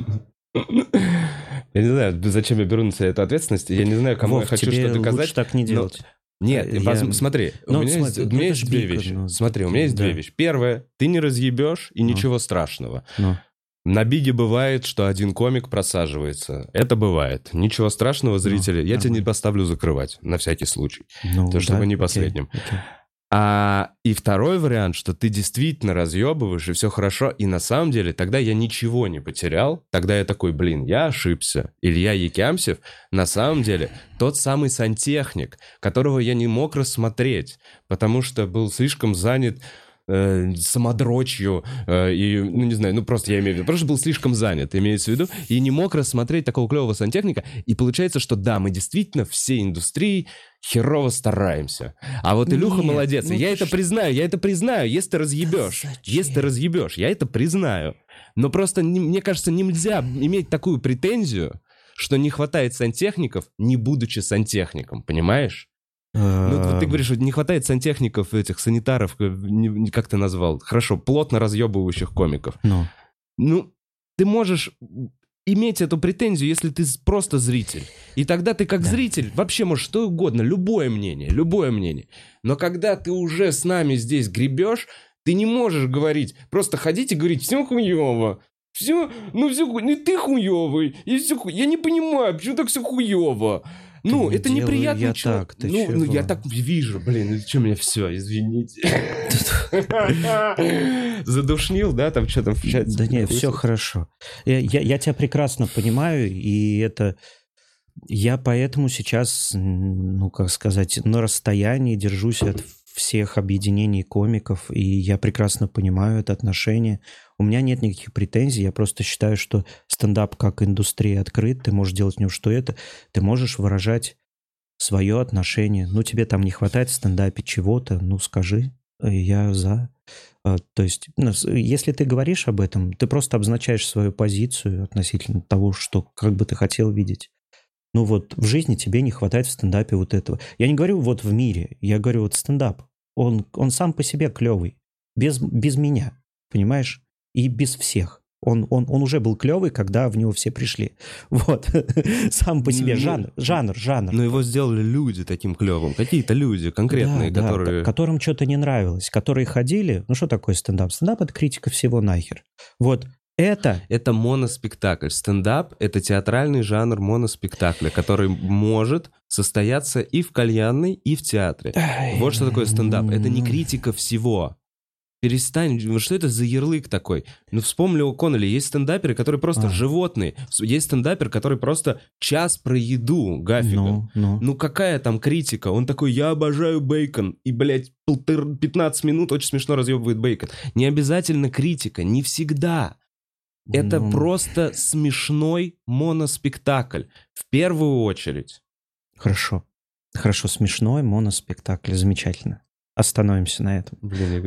Я не знаю, зачем я беру на себя эту ответственность. Я не знаю, кому я хочу что доказать. Лучше так не делать. Нет, смотри, у меня есть две вещи. Смотри, у меня есть две вещи. Первое, ты не разъебешь, и ничего страшного. На биге бывает, что один комик просаживается. Это бывает. Ничего страшного, зрители. Я тебя не поставлю закрывать, на всякий случай. Чтобы не последним. И второй вариант, что ты действительно разъебываешь, и все хорошо, и на самом деле тогда я ничего не потерял, тогда я такой, я ошибся. Илья Якямсев на самом деле тот самый сантехник, которого я не мог рассмотреть, потому что был слишком занят самодрочью, просто я имею в виду, просто был слишком занят, имеется в виду, и не мог рассмотреть такого клевого сантехника, и получается, что да, мы действительно всей индустрией херово стараемся. А вот Илюха молодец, и я это признаю, если ты разъебешь, я это признаю. Но просто, мне кажется, нельзя иметь такую претензию, что не хватает сантехников, не будучи сантехником, понимаешь? Вот ты говоришь, что не хватает сантехников, этих санитаров, как ты назвал? Хорошо, плотно разъебывающих комиков. Ты можешь иметь эту претензию, если ты просто зритель. И тогда ты как зритель вообще можешь что угодно, любое мнение. Но когда ты уже с нами здесь гребешь, ты не можешь говорить, просто ходить и говорить, все хуево. Ты хуевый. Я не понимаю, почему так все хуево. Это неприятно. Я так вижу, что меня все, извините. Задушнил, да, там что там в чате? Да нет, все хорошо. Я тебя прекрасно понимаю, и это... Я поэтому сейчас, на расстоянии держусь от всех объединений комиков, и я прекрасно понимаю это отношение. У меня нет никаких претензий, я просто считаю, что стендап как индустрия открыт, ты можешь делать в нем ты можешь выражать свое отношение. Тебе там не хватает в стендапе чего-то, скажи, я за. То есть, если ты говоришь об этом, ты просто обозначаешь свою позицию относительно того, что как бы ты хотел видеть. В жизни тебе не хватает в стендапе вот этого. Я не говорю в мире, я говорю стендап. Он сам по себе клевый. Без меня, понимаешь? И без всех. Он уже был клевый, когда в него все пришли. Сам по себе жанр. Но его сделали люди таким клевым. Какие-то люди конкретные, которые... Которым что-то не нравилось. Которые ходили... Что такое стендап? Стендап — это критика всего нахер. Это моноспектакль. Стендап — это театральный жанр моноспектакля, который может состояться и в кальянной, и в театре. Вот что такое стендап. Это не критика всего. Перестань, что это за ярлык такой? Вспомни у Коннелли, есть стендаперы, которые просто животные. Есть стендапер, который просто час про еду, Гаффиган. Какая там критика? Он такой, я обожаю бейкон. И, 15 минут очень смешно разъебывает бейкон. Не обязательно критика, не всегда. Это просто смешной моноспектакль. В первую очередь. Хорошо, смешной моноспектакль. Замечательно. Остановимся на этом.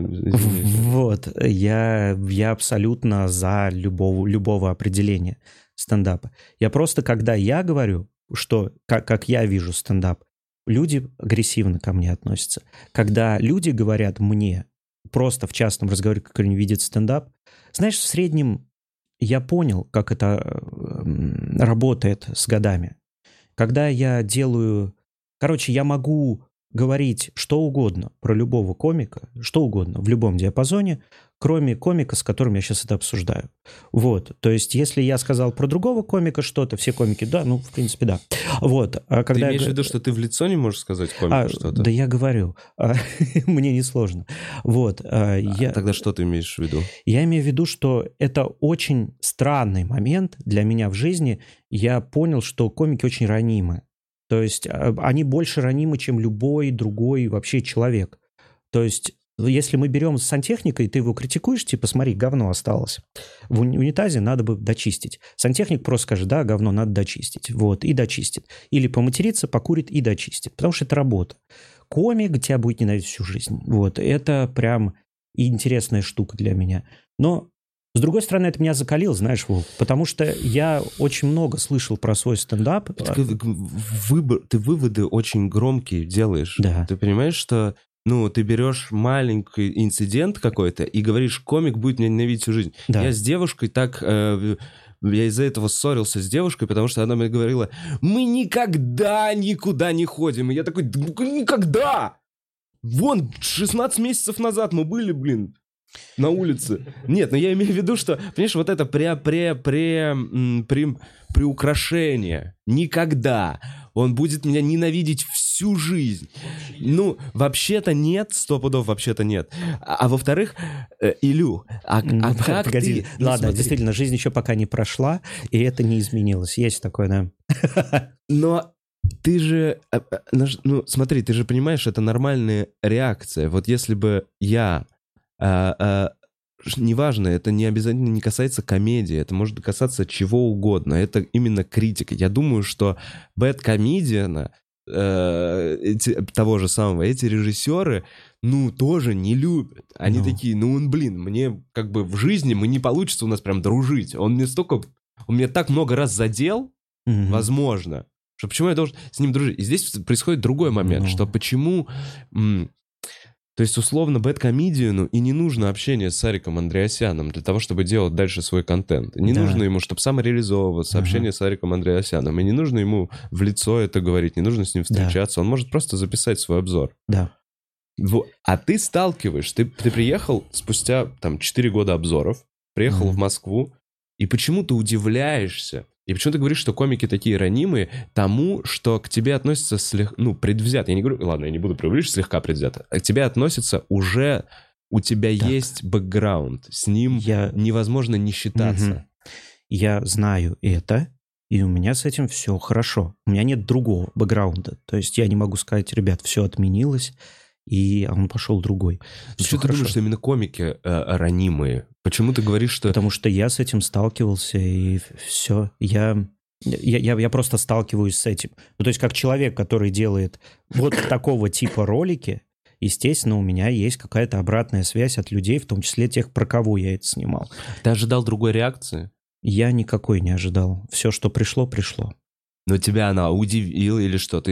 Я абсолютно за любого определения стендапа. Я просто, когда я говорю, что как я вижу стендап, люди агрессивно ко мне относятся. Когда люди говорят мне, просто в частном разговоре, как они видят стендап, знаешь, в среднем я понял, как это работает с годами. Когда я делаю... я могу говорить что угодно про любого комика, что угодно, в любом диапазоне, кроме комика, с которым я сейчас это обсуждаю. То есть, если я сказал про другого комика что-то, все комики, да, в принципе, да. А когда ты имеешь в виду, что ты в лицо не можешь сказать комику что-то? Да я говорю. Мне несложно. Тогда что ты имеешь в виду? Я имею в виду, что это очень странный момент для меня в жизни. Я понял, что комики очень ранимы. То есть они больше ранимы, чем любой другой вообще человек. То есть если мы берем сантехника, и ты его критикуешь, смотри, говно осталось. В унитазе надо бы дочистить. Сантехник просто скажет, да, говно надо дочистить. И дочистит. Или поматерится, покурит и дочистит. Потому что это работа. Комик тебя будет ненавидеть всю жизнь. Это прям интересная штука для меня. Но с другой стороны, это меня закалило, знаешь, Вов, потому что я очень много слышал про свой стендап. Ты выводы очень громкие делаешь. Да. Ты понимаешь, что ты берешь маленький инцидент какой-то и говоришь, комик будет меня ненавидеть всю жизнь. Да. Я с девушкой так я из-за этого ссорился с девушкой, потому что она мне говорила, мы никогда никуда не ходим. И я такой, никогда! Вон, 16 месяцев назад мы были, блин, на улице. Нет, но я имею в виду, что, понимаешь, вот это приукрашение. Никогда. Он будет меня ненавидеть всю жизнь. Ну, вообще-то нет, 100 пудов вообще-то нет. А во-вторых, Илю, как погоди, ты... ладно, смотри. Действительно, жизнь еще пока не прошла, и это не изменилось. Есть такое, да. Но ты же... Ну, смотри, ты же понимаешь, это нормальная реакция. Вот если бы я... неважно, это не обязательно не касается комедии, это может касаться чего угодно, это именно критика. Я думаю, что бэдкомедиана, того же самого, эти режиссеры, ну, тоже не любят. Они такие, мне как бы в жизни не получится у нас прям дружить. Он меня так много раз задел, возможно, что почему я должен с ним дружить? И здесь происходит другой момент, что почему... То есть, условно, бэдкомедиану и не нужно общение с Сариком Андреасяном для того, чтобы делать дальше свой контент. Не нужно ему, чтобы самореализовываться, общение с Сариком Андреасяном. И не нужно ему в лицо это говорить, не нужно с ним встречаться. Он может просто записать свой обзор. Да. А ты сталкиваешь, ты приехал спустя 4 года обзоров, приехал в Москву, и почему ты удивляешься? И почему ты говоришь, что комики такие ранимые тому, что к тебе относятся предвзято? Я не говорю, ладно, я не буду преувеличивать, слегка предвзято. А к тебе относятся уже, у тебя есть бэкграунд, с ним невозможно не считаться. Я знаю это, и у меня с этим все хорошо. У меня нет другого бэкграунда. То есть я не могу сказать, ребят, все отменилось, и он пошел другой. Почему ты думаешь, что именно комики ранимые? Почему ты говоришь, что... Потому что я с этим сталкивался, и все. Я просто сталкиваюсь с этим. Ну, то есть как человек, который делает вот такого типа ролики, естественно, у меня есть какая-то обратная связь от людей, в том числе тех, про кого я это снимал. Ты ожидал другой реакции? Я никакой не ожидал. Все, что пришло, пришло. Но тебя она удивила или что?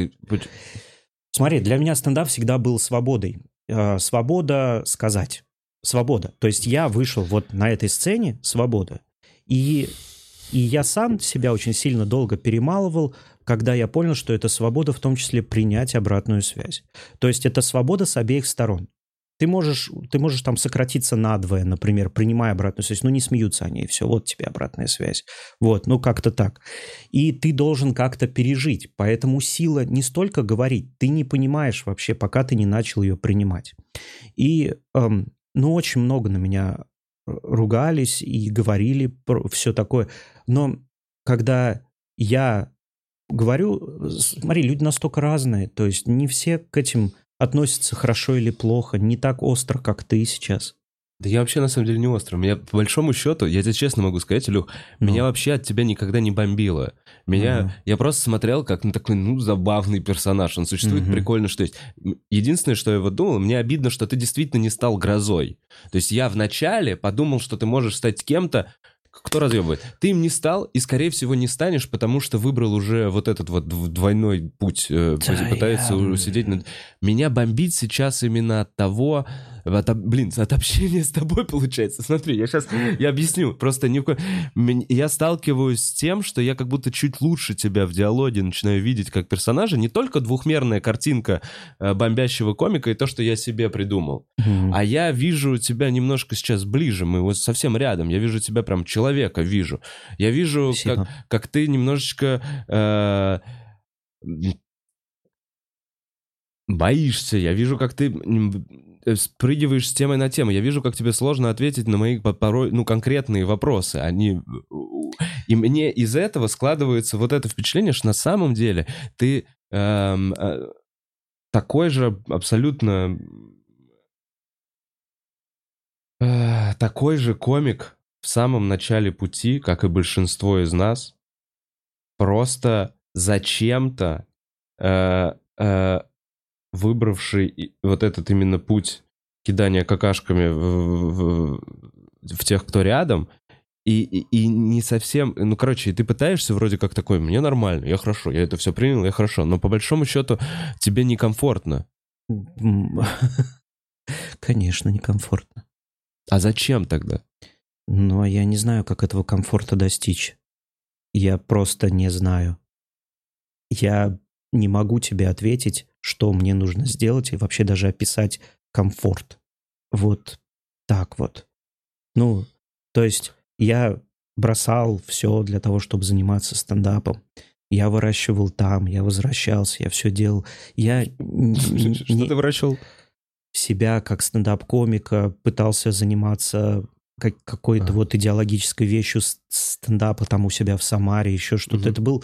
Смотри, для меня стендап всегда был свободой. Свобода сказать. Свобода. То есть я вышел вот на этой сцене, свобода. И я сам себя очень сильно долго перемалывал, когда я понял, что это свобода в том числе принять обратную связь. То есть это свобода с обеих сторон. Ты можешь там сократиться надвое, например, принимая обратную связь, но не смеются они, и все, вот тебе обратная связь. Вот, как-то так. И ты должен как-то пережить, поэтому сила не столько говорить, ты не понимаешь вообще, пока ты не начал ее принимать. И, очень много на меня ругались и говорили все такое, но когда я говорю, смотри, люди настолько разные, то есть не все к этим... относятся хорошо или плохо, не так остро, как ты сейчас. Да я вообще на самом деле не остро. Меня, по большому счету, я тебе честно могу сказать, Илюх, меня вообще от тебя никогда не бомбило. Я просто смотрел как на такой, забавный персонаж. Он существует прикольно, что есть. Единственное, что я вот думал, мне обидно, что ты действительно не стал грозой. То есть я вначале подумал, что ты можешь стать кем-то, кто разъебывает? Ты им не стал и, скорее всего, не станешь, потому что выбрал уже вот этот вот двойной путь, пытается сидеть над... Меня бомбит сейчас именно от того... от общения с тобой, получается. Смотри, я объясню. Просто я сталкиваюсь с тем, что я как будто чуть лучше тебя в диалоге начинаю видеть как персонажа. Не только двухмерная картинка бомбящего комика и то, что я себе придумал. А я вижу тебя немножко сейчас ближе. Мы вот совсем рядом. Я вижу тебя прям человека вижу. Я вижу, как ты немножечко... боишься. Я вижу, как ты... спрыгиваешь с темы на тему. Я вижу, как тебе сложно ответить на мои порой, конкретные вопросы. И мне из этого складывается вот это впечатление, что на самом деле ты такой же абсолютно такой же комик в самом начале пути, как и большинство из нас, просто зачем-то выбравший вот этот именно путь кидания какашками в тех, кто рядом, и не совсем... ты пытаешься вроде как такой, мне нормально, я хорошо, я это все принял, я хорошо, но по большому счету тебе некомфортно. Конечно, некомфортно. А зачем тогда? А я не знаю, как этого комфорта достичь. Я просто не знаю. Я не могу тебе ответить, что мне нужно сделать, и вообще даже описать комфорт. Вот так вот. Ну, то есть я бросал все для того, чтобы заниматься стендапом. Я выращивал там, я возвращался, я все делал. Я Что ты выращивал? Себя как стендап-комика пытался заниматься какой-то вот идеологической вещью стендапа там у себя в Самаре, еще что-то. Это был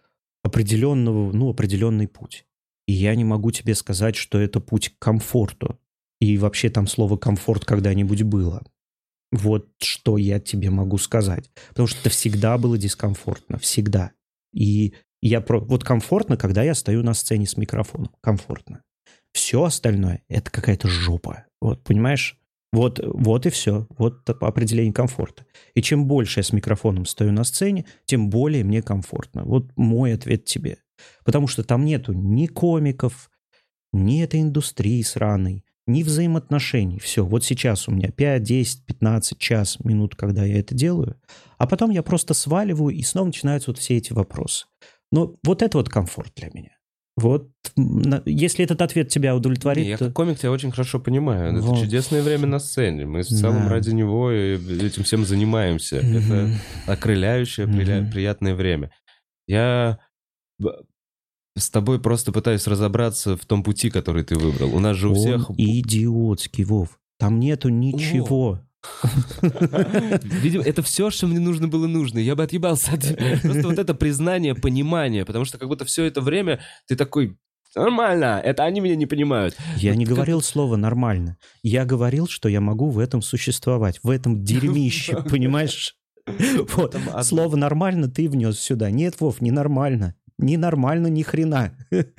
определенный путь. И я не могу тебе сказать, что это путь к комфорту. И вообще там слово «комфорт» когда-нибудь было. Вот что я тебе могу сказать. Потому что это всегда было дискомфортно. Всегда. И вот комфортно, когда я стою на сцене с микрофоном. Комфортно. Все остальное — это какая-то жопа. Вот, понимаешь? Вот и все. Вот определение комфорта. И чем больше я с микрофоном стою на сцене, тем более мне комфортно. Вот мой ответ тебе. Потому что там нету ни комиков, ни этой индустрии сраной, ни взаимоотношений. Все, вот сейчас у меня 5, 10, 15 минут, когда я это делаю, а потом я просто сваливаю, и снова начинаются вот все эти вопросы. Но вот это вот комфорт для меня. Вот, если этот ответ тебя удовлетворит... Я как комик тебя очень хорошо понимаю. Вот. Это чудесное время на сцене. Мы в целом ради него этим всем занимаемся. Это окрыляющее, приятное время. Я с тобой просто пытаюсь разобраться в том пути, который ты выбрал. У нас же у всех... идиотский, Вов. Там нету ничего. Видимо, это все, что мне нужно. Я бы отъебался от... Просто вот это признание, понимание. Потому что как будто все это время ты такой... Нормально, это они меня не понимают. Я не говорил слово «нормально». Я говорил, что я могу в этом существовать. В этом дерьмище, понимаешь? Вот. Слово «нормально» ты внес сюда. Нет, Вов, ненормально. Ненормально ни хрена.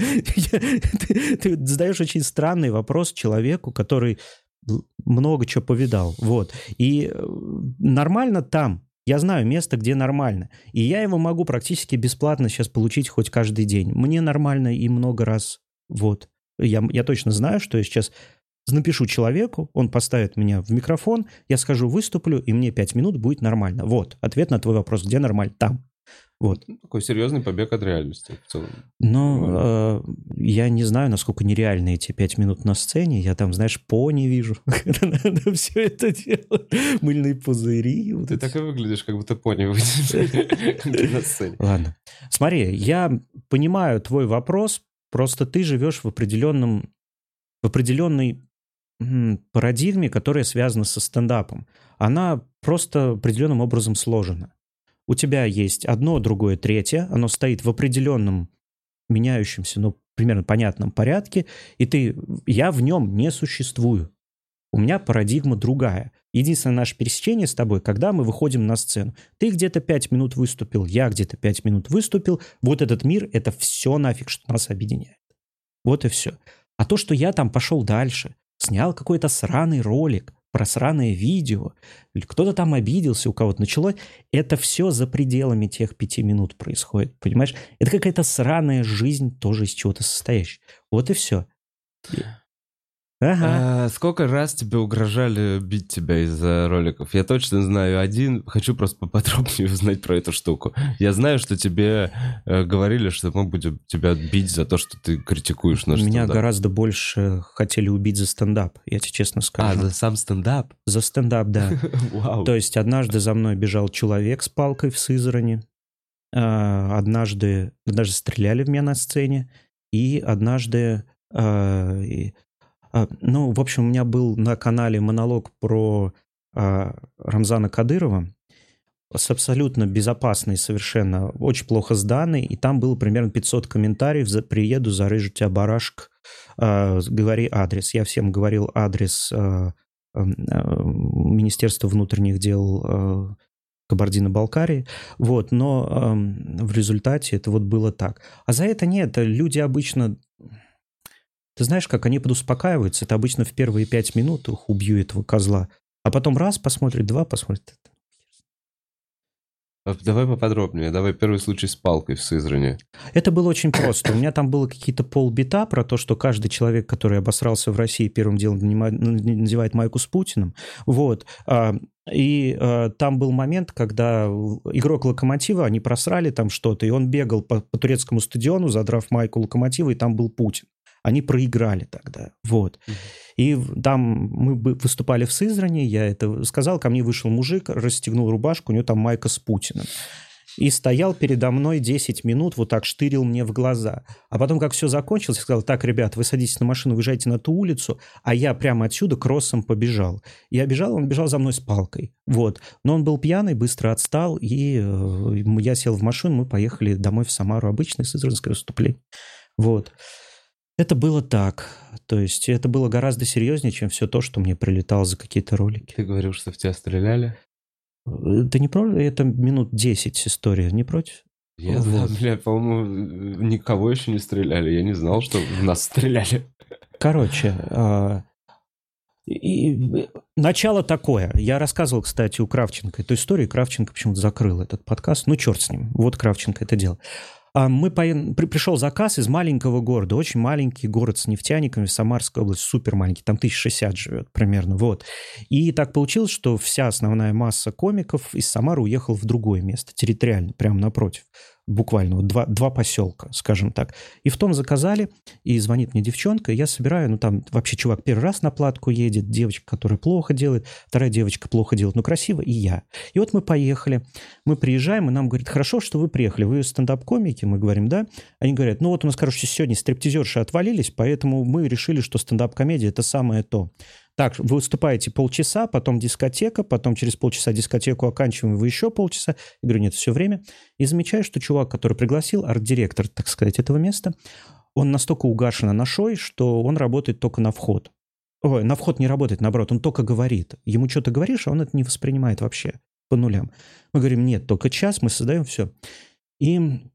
Ты задаешь очень странный вопрос человеку, который много чего повидал. Вот. И нормально там. Я знаю место, где нормально. И я его могу практически бесплатно сейчас получить хоть каждый день. Мне нормально и много раз. Вот. Я точно знаю, что я сейчас напишу человеку, он поставит меня в микрофон, я скажу, выступлю, и мне 5 минут будет нормально. Вот. Ответ на твой вопрос. Где нормально? Там. Вот. Такой серьезный побег от реальности в целом. Но я не знаю, насколько нереальны эти 5 минут на сцене. Я там, знаешь, пони вижу. Надо все это делать. Мыльные пузыри. Ты так и выглядишь, как будто пони на сцене. Ладно. Смотри, я понимаю твой вопрос, просто ты живешь в определенной парадигме, которая связана со стендапом. Она просто определенным образом сложена. У тебя есть одно, другое, третье, оно стоит в определенном меняющемся, но примерно понятном порядке, и я в нем не существую. У меня парадигма другая. Единственное наше пересечение с тобой, когда мы выходим на сцену. Ты где-то 5 минут выступил, я где-то 5 минут выступил. Вот этот мир — это все нафиг, что нас объединяет. Вот и все. А то, что я там пошел дальше, снял какой-то сраный ролик, про сраное видео, или кто-то там обиделся, у кого-то началось, это все за пределами тех 5 минут происходит, понимаешь? Это какая-то сраная жизнь, тоже из чего-то состоящая. Вот и все. Ага. Сколько раз тебе угрожали бить тебя из-за роликов? Я точно знаю один. Хочу просто поподробнее узнать про эту штуку. Я знаю, что тебе говорили, что мы будем тебя бить за то, что ты критикуешь наш Меня стендап. гораздо больше хотели убить за стендап, я тебе честно скажу. За сам стендап? За стендап, да. Вау. То есть однажды за мной бежал человек с палкой в Сызрани. Однажды стреляли в меня на сцене. И однажды... в общем, у меня был на канале монолог про Рамзана Кадырова с абсолютно безопасной совершенно, очень плохо сданной, и там было примерно 500 комментариев: «Приеду, зарыжу тебя, барашек, говори адрес». Я всем говорил адрес Министерства внутренних дел Кабардино-Балкарии, вот, но в результате это вот было так. А за это нет, люди обычно... Ты знаешь, как они подуспокаиваются? Это обычно в первые 5 минут их убью этого козла. А потом раз посмотрит, два посмотрит. Давай поподробнее. Давай первый случай с палкой в Сызрани. Это было очень просто. У меня там было какие-то полбита про то, что каждый человек, который обосрался в России, первым делом надевает майку с Путиным. Вот. И там был момент, когда игрок «Локомотива», они просрали там что-то, и он бегал по турецкому стадиону, задрав майку «Локомотива», и там был Путин. Они проиграли тогда, вот. И там мы выступали в Сызрани, я это сказал, ко мне вышел мужик, расстегнул рубашку, у него там майка с Путиным. И стоял передо мной 10 минут, вот так штырил мне в глаза. А потом, как все закончилось, я сказал: так, ребят, вы садитесь на машину, выезжайте на ту улицу, а я прямо отсюда кроссом побежал. Я бежал, он бежал за мной с палкой. Вот. Но он был пьяный, быстро отстал, и я сел в машину, мы поехали домой в Самару. Обычное сызранское выступление. Вот. Это было так. То есть это было гораздо серьезнее, чем все то, что мне прилетало за какие-то ролики. Ты говорил, что в тебя стреляли? Ты не против? Это минут 10 история. Не против? Я знаю, по-моему, никого еще не стреляли. Я не знал, что в нас стреляли. Короче, и начало такое. Я рассказывал, кстати, у Кравченко эту историю. Кравченко почему-то закрыл этот подкаст. Ну, черт с ним. Вот Кравченко это делал. Пришел заказ из маленького города, очень маленький город с нефтяниками, Самарская область, супер маленький, там 1060 живет примерно, вот. И так получилось, что вся основная масса комиков из Самары уехала в другое место, территориально, прямо напротив. Буквально вот два поселка, скажем так. И в том заказали, и звонит мне девчонка, и я собираю, ну там вообще чувак первый раз на платку едет, девочка, которая плохо делает, вторая девочка плохо делает, но красиво, и я. И вот мы поехали, мы приезжаем, и нам говорят: хорошо, что вы приехали, вы стендап-комики? Мы говорим: да. Они говорят: ну вот у нас, короче, сегодня стриптизерши отвалились, поэтому мы решили, что стендап-комедия — это самое то. Так, вы выступаете полчаса, потом дискотека, потом через полчаса дискотеку оканчиваем, вы еще полчаса. Я говорю: нет, все время. И замечаю, что чувак, который пригласил, арт-директор, так сказать, этого места, он настолько угашен на шой, что он работает только на вход. Ой, на вход не работает, наоборот, он только говорит. Ему что-то говоришь, а он это не воспринимает вообще по нулям. Мы говорим: нет, только час, мы создаем все. И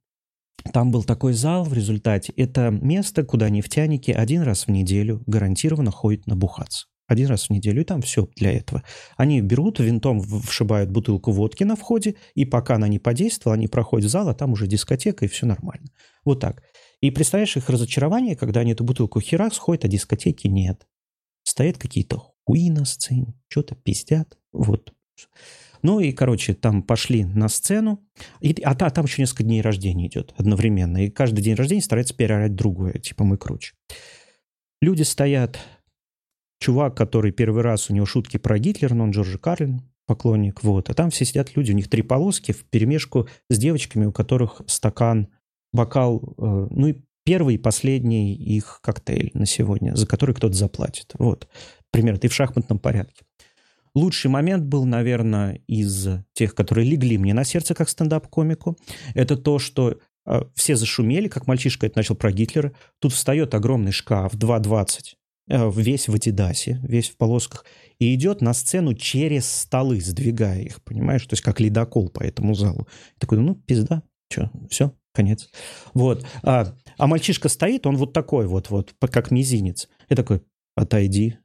там был такой зал в результате. Это место, куда нефтяники один раз в неделю гарантированно ходят набухаться. Один раз в неделю, и там все для этого. Они берут, винтом вшибают бутылку водки на входе, и пока она не подействовала, они проходят в зал, а там уже дискотека, и все нормально. Вот так. И представляешь их разочарование, когда они эту бутылку херак сходят, а дискотеки нет. Стоят какие-то хуи на сцене, что-то пиздят. Вот. Ну и, короче, там пошли на сцену, там еще несколько дней рождения идет одновременно, и каждый день рождения старается переорать другое, типа мы круче. Люди стоят... Чувак, который первый раз, у него шутки про Гитлера, но он Джорджа Карлин, поклонник, вот. А там все сидят люди, у них 3 полоски вперемешку с девочками, у которых стакан, бокал, ну и первый и последний их коктейль на сегодня, за который кто-то заплатит. Вот. Примерно, и в шахматном порядке. Лучший момент был, наверное, из тех, которые легли мне на сердце как стендап-комику. Это то, что все зашумели, как мальчишка это начал про Гитлера. Тут встает огромный шкаф 2,20. Весь в адидасе, весь в полосках, и идет на сцену через столы, сдвигая их, понимаешь? То есть как ледокол по этому залу. И такой: ну, пизда, что, все, конец. Вот. А мальчишка стоит, он вот такой вот, как мизинец. И такой: отойди.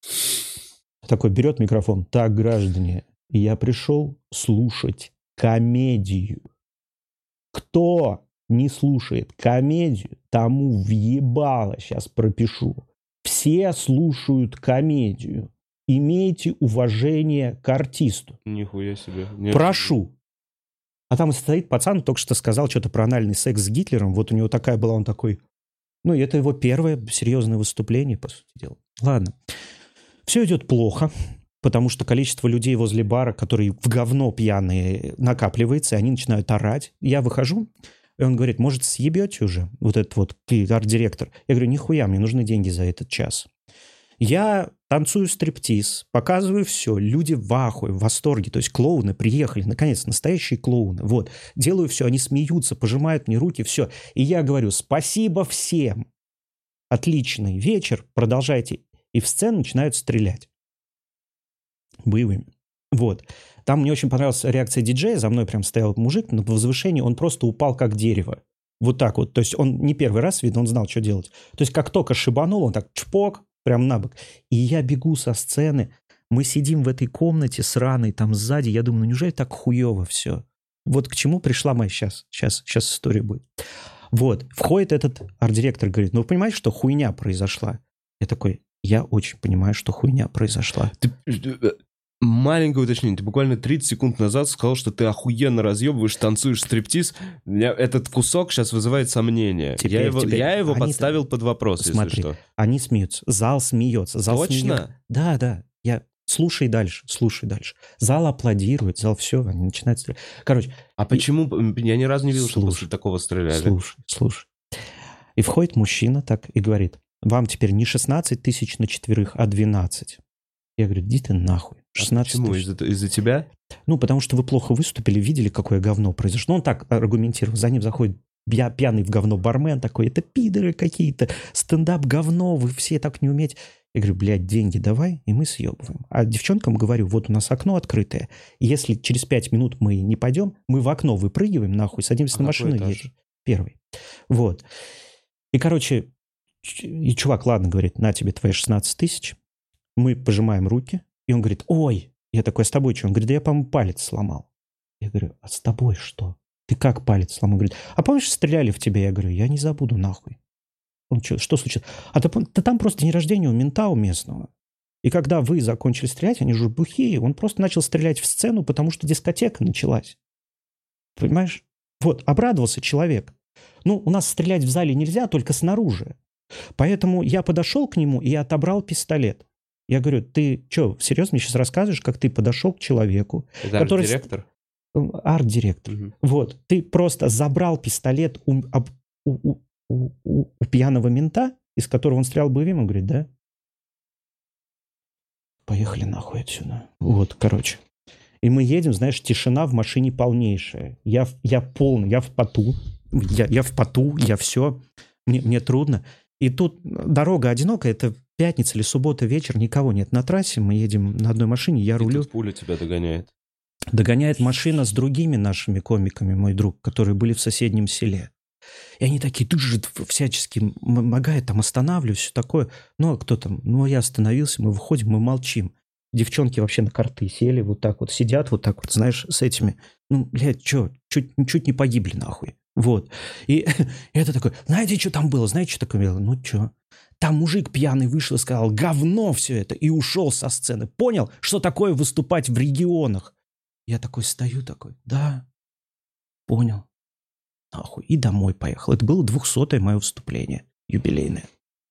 Такой берет микрофон: так, граждане, я пришел слушать комедию. Кто не слушает комедию, тому въебало, сейчас пропишу. Все слушают комедию. Имейте уважение к артисту. Нихуя себе. Прошу. А там стоит пацан, только что сказал что-то про анальный секс с Гитлером. Вот у него такая была, он такой... Ну, и это его первое серьезное выступление, по сути дела. Ладно. Все идет плохо, потому что количество людей возле бара, которые в говно пьяные, накапливается, и они начинают орать. Я выхожу... И он говорит: может, съебете уже, вот этот вот арт-директор? Я говорю: нихуя, мне нужны деньги за этот час. Я танцую стриптиз, показываю все, люди в ахуе, в восторге, то есть клоуны приехали, наконец, настоящие клоуны, вот, делаю все, они смеются, пожимают мне руки, все. И я говорю: спасибо всем, отличный вечер, продолжайте. И в сцену начинают стрелять боевыми. Вот. Там мне очень понравилась реакция диджея. За мной прям стоял мужик на возвышении. Он просто упал как дерево. Вот так вот. То есть он не первый раз, видно, он знал, что делать. То есть как только шибанул, он так чпок, прям на бок. И я бегу со сцены. Мы сидим в этой комнате сраной там сзади. Я думаю: ну неужели так хуево все? Вот к чему пришла моя... Сейчас история будет. Вот. Входит этот арт-директор, говорит: ну вы понимаете, что хуйня произошла? Я такой: я очень понимаю, что хуйня произошла. Маленькое уточнение. Ты буквально 30 секунд назад сказал, что ты охуенно разъебываешь, танцуешь стриптиз. Этот кусок сейчас вызывает сомнения. Я его подставил под вопрос, Смотри, если что. Они смеются. Зал смеется. Точно? Да. Слушай дальше. Зал аплодирует, зал все, они начинают стрелять. Короче. Почему? Я ни разу не видел, что после такого стреляли. Слушай. И входит мужчина так и говорит: вам теперь не 16 тысяч на четверых, а 12. Я говорю: иди ты нахуй. 16 почему? тысяч. Из-за тебя? Потому что вы плохо выступили, видели, какое говно произошло. Он так аргументировал. За ним заходит пьяный в говно бармен такой: это пидоры какие-то, стендап говно, вы все так не умеете. Я говорю: блядь, деньги давай, и мы съебываем. А девчонкам говорю: вот у нас окно открытое, если через 5 минут мы не пойдем, мы в окно выпрыгиваем нахуй, садимся на машину и едем. Первый. Вот. И, короче, и чувак, ладно, говорит: на тебе твои 16 тысяч. Мы пожимаем руки, и он говорит: ой. Я такой: с тобой что? Он говорит: да я, по-моему, палец сломал. Я говорю: а с тобой что? Ты как палец сломал? Он говорит: а помнишь, стреляли в тебя? Я говорю: я не забуду нахуй. Он что случилось? Да там просто день рождения у мента у местного. И когда вы закончили стрелять, они же бухие, он просто начал стрелять в сцену, потому что дискотека началась. Понимаешь? Вот, обрадовался человек. У нас стрелять в зале нельзя, только снаружи. Поэтому я подошел к нему и отобрал пистолет. Я говорю: ты что, серьезно мне сейчас рассказываешь, как ты подошел к человеку? Это арт-директор? Арт-директор. Угу. Вот, ты просто забрал пистолет у пьяного мента, из которого он стрелял боевым, он говорит: да? Поехали нахуй отсюда. Вот, короче. И мы едем, знаешь, тишина в машине полнейшая. Я полный, я в поту. Я все. Мне трудно. И тут дорога одинокая, это пятница или суббота вечер, никого нет на трассе, мы едем на одной машине, я рулю. И тут пуля тебя догоняет. Догоняет машина с другими нашими комиками, мой друг, которые были в соседнем селе. И они такие: ты же всячески моргает, там останавливаюсь, все такое. А кто там? Я остановился, мы выходим, мы молчим. Девчонки вообще на карты сели, вот так вот сидят, вот так вот, знаешь, с этими. Блядь, чуть не погибли нахуй. Вот. И это такой: знаете, что там было? Знаете, что такое было? Что? Там мужик пьяный вышел и сказал: говно все это, и ушел со сцены. Понял, что такое выступать в регионах? Я такой стою, такой: да, понял. Нахуй. И домой поехал. Это было 200-е мое выступление, юбилейное.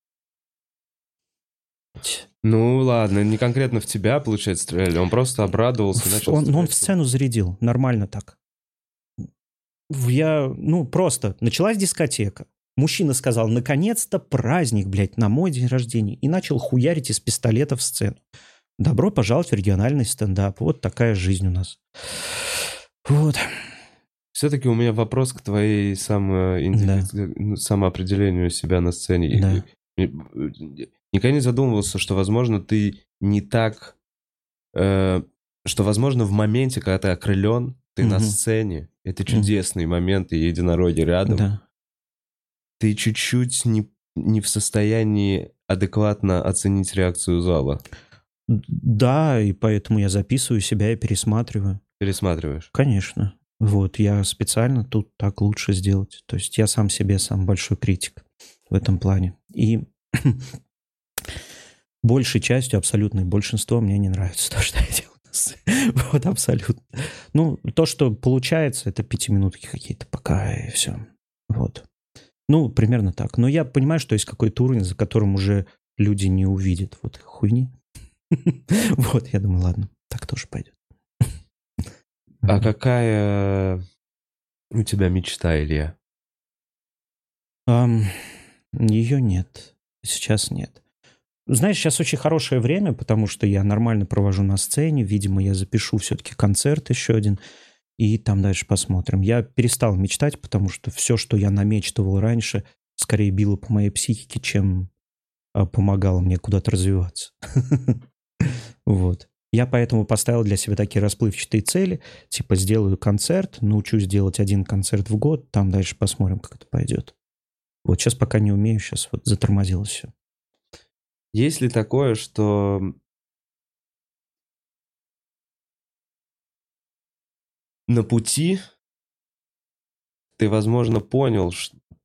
Ладно, не конкретно в тебя, получается, стреляли. Он просто обрадовался и начал стрелять. Он в сцену зарядил, нормально так. Просто началась дискотека. Мужчина сказал: наконец-то праздник, блядь, на мой день рождения. И начал хуярить из пистолета в сцену. Добро пожаловать в региональный стендап. Вот такая жизнь у нас. Вот. Все-таки у меня вопрос к твоей самоопределению себя на сцене. Да. Никогда не задумывался, что, возможно, ты не так... что, возможно, в моменте, когда ты окрылен, ты на сцене, это чудесный момент, и единороги рядом. Да. Ты чуть-чуть не в состоянии адекватно оценить реакцию зала. Да, и поэтому я записываю себя и пересматриваю. Пересматриваешь? Конечно. Вот, я специально тут так лучше сделать. То есть я сам себе самый большой критик в этом плане. И большей частью, абсолютное большинство, мне не нравится то, что я делаю. Вот, абсолютно. То, что получается, это 5-минутки какие-то пока, и все. Вот. Примерно так. Но я понимаю, что есть какой-то уровень, за которым уже люди не увидят вот хуйни. Вот, я думаю, ладно, так тоже пойдет. А какая у тебя мечта, Илья? Ее нет. Сейчас нет. Знаешь, сейчас очень хорошее время, потому что я нормально провожу на сцене. Видимо, я запишу все-таки концерт еще один. И там дальше посмотрим. Я перестал мечтать, потому что все, что я намечтывал раньше, скорее било по моей психике, чем помогало мне куда-то развиваться. Вот. Я поэтому поставил для себя такие расплывчатые цели. Типа сделаю концерт, научусь делать 1 концерт в год, там дальше посмотрим, как это пойдет. Вот сейчас пока не умею, сейчас вот затормозилось все. Есть ли такое, что на пути ты, возможно, понял,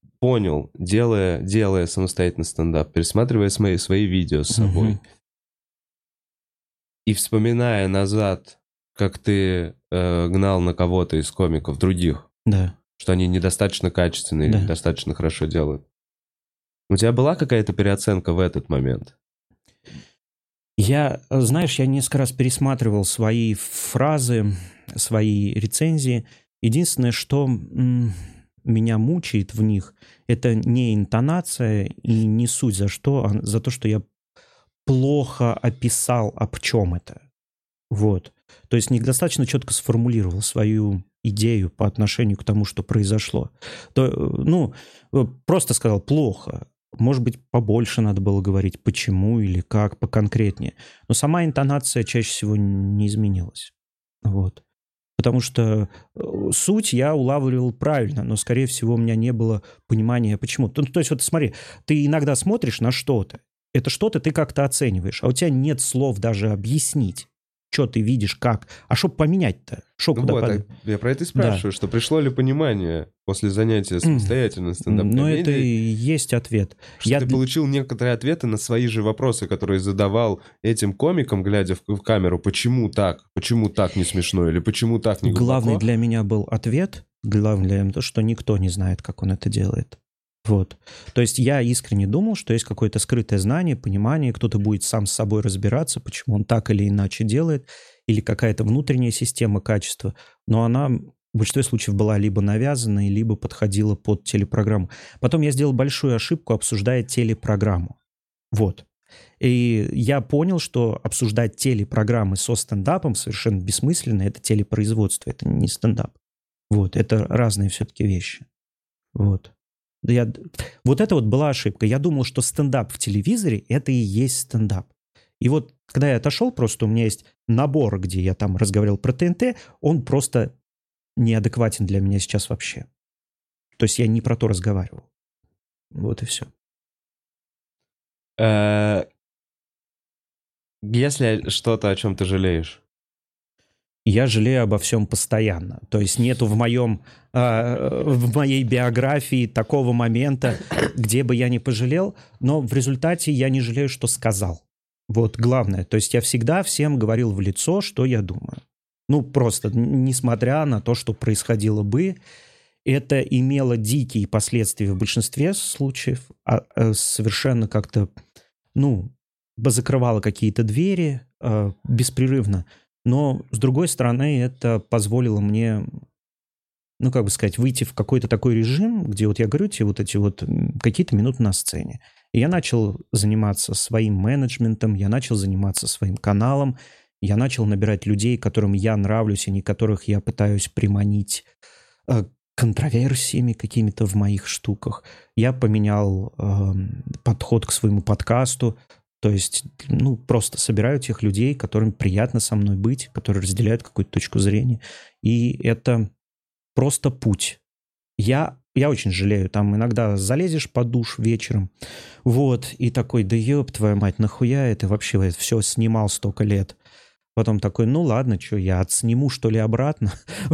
делая самостоятельно стендап, пересматривая свои видео с собой, И вспоминая назад, как ты гнал на кого-то из комиков других, да, что они недостаточно качественные, да, недостаточно хорошо делают. У тебя была какая-то переоценка в этот момент? Я, знаешь, я несколько раз пересматривал свои фразы, свои рецензии. Единственное, что меня мучает в них, это не интонация и не суть за что, а за то, что я плохо описал, об чем это. Вот. То есть недостаточно четко сформулировал свою идею по отношению к тому, что произошло. Просто сказал плохо. Может быть, побольше надо было говорить, почему или как, поконкретнее. Но сама интонация чаще всего не изменилась. Вот. Потому что суть я улавливал правильно, но, скорее всего, у меня не было понимания, почему. То есть, вот смотри, ты иногда смотришь на что-то, это что-то ты как-то оцениваешь, а у тебя нет слов даже объяснить, что ты видишь, как. А что поменять-то? Я про это и спрашиваю, что пришло ли понимание после занятия самостоятельно стендап-комедией? Ну, это и есть ответ. Что ты получил некоторые ответы на свои же вопросы, которые задавал этим комикам, глядя в камеру, почему так не смешно, или почему так не глубоко? Главный для меня был ответ, главное для меня то, что никто не знает, как он это делает. Вот. То есть я искренне думал, что есть какое-то скрытое знание, понимание, кто-то будет сам с собой разбираться, почему он так или иначе делает, или какая-то внутренняя система качества, но она в большинстве случаев была либо навязанной, либо подходила под телепрограмму. Потом я сделал большую ошибку, обсуждая телепрограмму. Вот. И я понял, что обсуждать телепрограммы со стендапом совершенно бессмысленно, это телепроизводство, это не стендап. Вот. Это разные все-таки вещи. Вот. Вот это вот была ошибка. Я думал, что стендап в телевизоре – это и есть стендап. И вот когда я отошел, просто у меня есть набор, где я там разговаривал про ТНТ, он просто неадекватен для меня сейчас вообще. То есть я не про то разговаривал. Вот и все. Если что-то, о чем ты жалеешь? Я жалею обо всем постоянно. То есть нету в моей биографии такого момента, где бы я не пожалел, но в результате я не жалею, что сказал. Вот главное. То есть я всегда всем говорил в лицо, что я думаю. Ну, просто, несмотря на то, что происходило бы, это имело дикие последствия в большинстве случаев, совершенно как-то, закрывало какие-то двери беспрерывно. Но, с другой стороны, это позволило мне, выйти в какой-то такой режим, где вот я говорю тебе вот эти вот какие-то минуты на сцене. И я начал заниматься своим менеджментом, я начал заниматься своим каналом, я начал набирать людей, которым я нравлюсь, и не которых я пытаюсь приманить контроверсиями какими-то в моих штуках. Я поменял подход к своему подкасту. То есть, просто собираю тех людей, которым приятно со мной быть, которые разделяют какую-то точку зрения. И это просто путь. Я очень жалею. Там иногда залезешь под душ вечером, вот, и такой, да ёб твою мать, нахуя это вообще все снимал столько лет? Потом такой, ладно, что, я отсниму, что ли, обратно?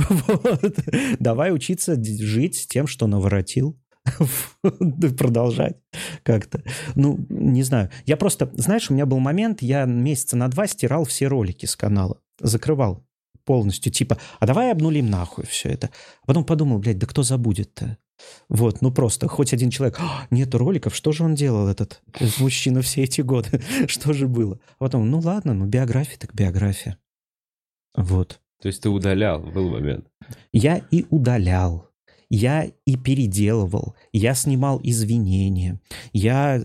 Давай учиться жить с тем, что наворотил. Продолжать как-то. Не знаю. Я просто, знаешь, у меня был момент, я месяца на 2 стирал все ролики с канала. Закрывал полностью. Типа, а давай обнулим нахуй все это. А потом подумал, да кто забудет-то? Вот, просто хоть один человек. Нету роликов, что же он делал, этот мужчина, все эти годы? Что же было? А потом, ладно, биография так биография. Вот. То есть ты удалял, был момент? Я и удалял. Я и переделывал, я снимал извинения, я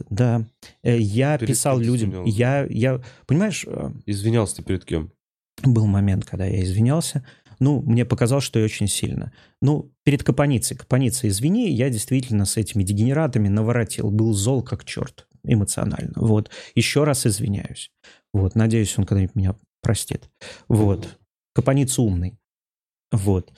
писал людям, я, понимаешь... Извинялся ты перед кем? Был момент, когда я извинялся, мне показалось, что я очень сильно. Перед Капаницей. Капаница, извини, я действительно с этими дегенератами наворотил, был зол как черт, эмоционально. Вот, еще раз извиняюсь. Вот, надеюсь, он когда-нибудь меня простит. Вот, Капаница умный. Вот.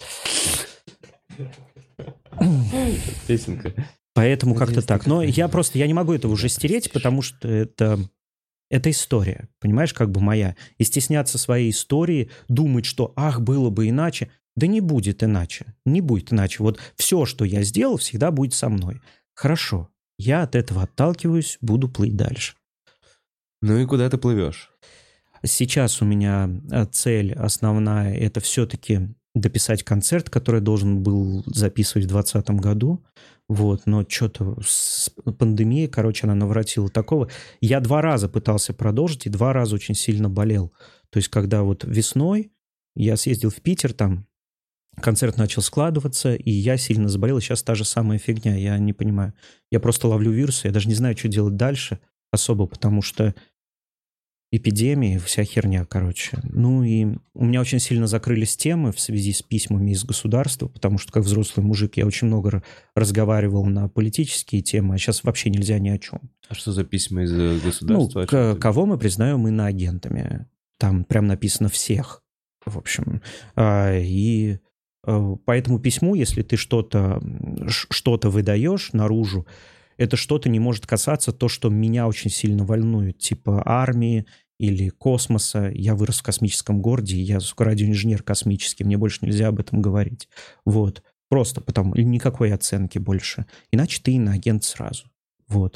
Песенка. Поэтому как-то так. Но я не могу этого уже стереть, потому что это история, понимаешь, моя. И стесняться своей истории, думать, что, было бы иначе. Да не будет иначе. Не будет иначе. Вот все, что я сделал, всегда будет со мной. Хорошо. Я от этого отталкиваюсь, буду плыть дальше. И куда ты плывешь? Сейчас у меня цель основная — это все-таки дописать концерт, который должен был записывать в 2020 году. Вот, но что-то с пандемией, короче, она наворотила такого. Я 2 раза пытался продолжить, и 2 раза очень сильно болел. То есть, когда вот весной я съездил в Питер, там концерт начал складываться, и я сильно заболел, и сейчас та же самая фигня, я не понимаю. Я просто ловлю вирусы, я даже не знаю, что делать дальше особо, потому что эпидемии, вся херня, короче. Ну и у меня очень сильно закрылись темы в связи с письмами из государства, потому что как взрослый мужик я очень много разговаривал на политические темы, а сейчас вообще нельзя ни о чем. А что за письма из государства? Ну, кого мы признаем иноагентами. Там прям написано всех, в общем. И по этому письму, если ты что-то выдаешь наружу, это что-то не может касаться то, что меня очень сильно волнует, типа армии или космоса. Я вырос в космическом городе, я радиоинженер космический, мне больше нельзя об этом говорить. Вот. Просто потому, никакой оценки больше. Иначе ты иноагент сразу. Вот.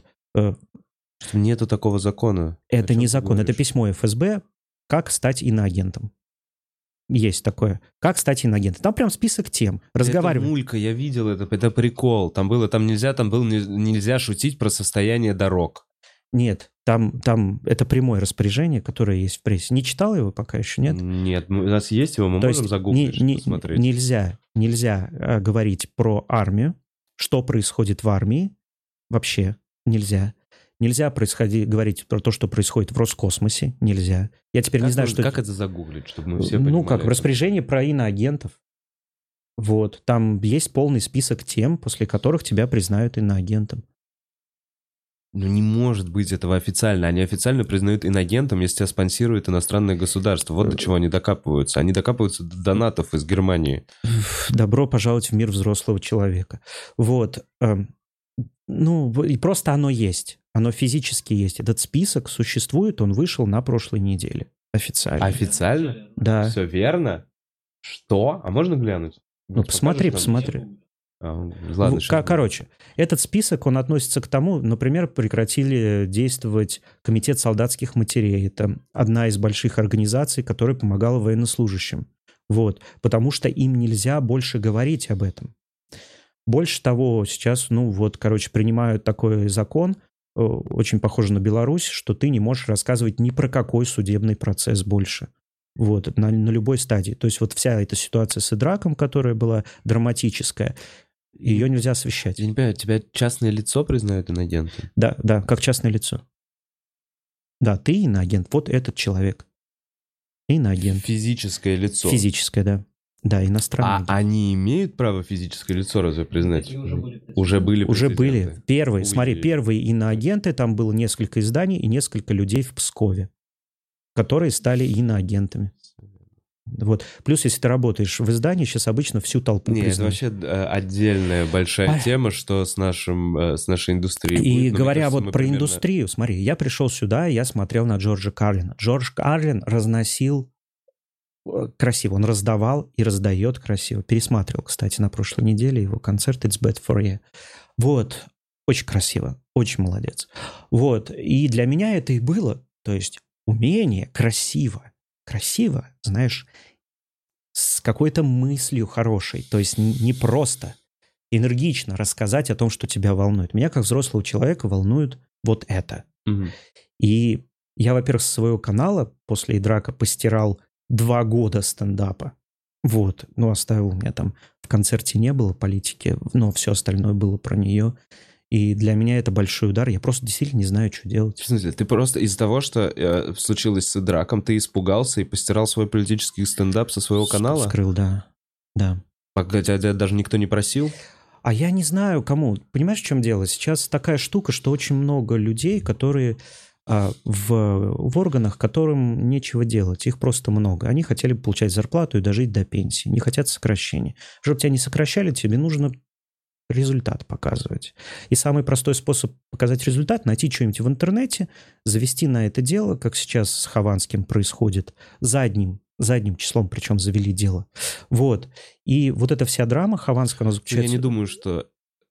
Нету такого закона. Это не закон, это письмо ФСБ, как стать иноагентом. Есть такое. Как стать иноагентом? Там прям список тем. Разговаривай. Это мулька, я видел это прикол. Там было нельзя шутить про состояние дорог. Нет, там это прямое распоряжение, которое есть в прессе. Не читал его пока еще, нет? Нет, у нас есть его, мы можем загуглить, посмотреть. Нельзя говорить про армию, что происходит в армии. Вообще нельзя. Нельзя говорить про то, что происходит в Роскосмосе. Нельзя. Я теперь не знаю, что... Как это загуглить, чтобы мы все понимали? Ну, как, в распоряжении про иноагентов. Вот. Там есть полный список тем, после которых тебя признают иноагентом. Ну, не может быть этого официально. Они официально признают иноагентом, если тебя спонсирует иностранное государство. Вот до чего они докапываются. Они докапываются до донатов из Германии. Добро пожаловать в мир взрослого человека. Вот. Ну, и просто оно есть. Оно физически есть. Этот список существует, он вышел на прошлой неделе. Официально. Официально? Да. Все верно? Что? А можно глянуть? Ну, посмотри. Ладно, короче, этот список, он относится к тому, например, прекратили действовать Комитет солдатских матерей. Это одна из больших организаций, которая помогала военнослужащим. Вот. Потому что им нельзя больше говорить об этом. Больше того, сейчас, принимают такой закон, очень похоже на Беларусь, что ты не можешь рассказывать ни про какой судебный процесс больше. Вот, на любой стадии. То есть вот вся эта ситуация с Идраком, которая была драматическая, ее нельзя освещать. Я не понимаю, тебя частное лицо признают иноагентом? Да, как частное лицо. Да, ты иноагент, вот этот человек. Иноагент. Физическое лицо? Физическое, да. Да, иностранные. А они имеют право физическое лицо разве признать? Уже были. Первые иноагенты, там было несколько изданий и несколько людей в Пскове, которые стали иноагентами. Вот. Плюс, если ты работаешь в издании, сейчас обычно всю толпу признают. Это вообще отдельная большая тема, что с нашей индустрией. И говоря вот про индустрию, смотри, я пришел сюда, я смотрел на Джорджа Карлина. Джордж Карлин разносил красиво, он раздавал и раздает красиво. Пересматривал, кстати, на прошлой неделе его концерт «It's Bad for You». Вот, очень красиво, очень молодец. Вот, и для меня это и было, то есть умение красиво, знаешь, с какой-то мыслью хорошей, то есть не просто энергично рассказать о том, что тебя волнует. Меня, как взрослого человека, волнует вот это. Угу. И я, во-первых, со своего канала после Идрака постирал 2 года стендапа. Вот. Оставил у меня там в концерте не было политики, но все остальное было про нее. И для меня это большой удар. Я просто действительно не знаю, что делать. В смысле, ты просто из-за того, что случилось с Идраком, ты испугался и постирал свой политический стендап со своего канала? Скрыл, да. Пока тебя даже никто не просил? А я не знаю, кому. Понимаешь, в чем дело? Сейчас такая штука, что очень много людей, которые в органах, которым нечего делать. Их просто много. Они хотели бы получать зарплату и дожить до пенсии. Не хотят сокращения. Чтобы тебя не сокращали, тебе нужно результат показывать. И самый простой способ показать результат — найти что-нибудь в интернете, завести на это дело, как сейчас с Хованским происходит, задним числом, причем завели дело. Вот. И вот эта вся драма Хованского, она заключается... Я не думаю, что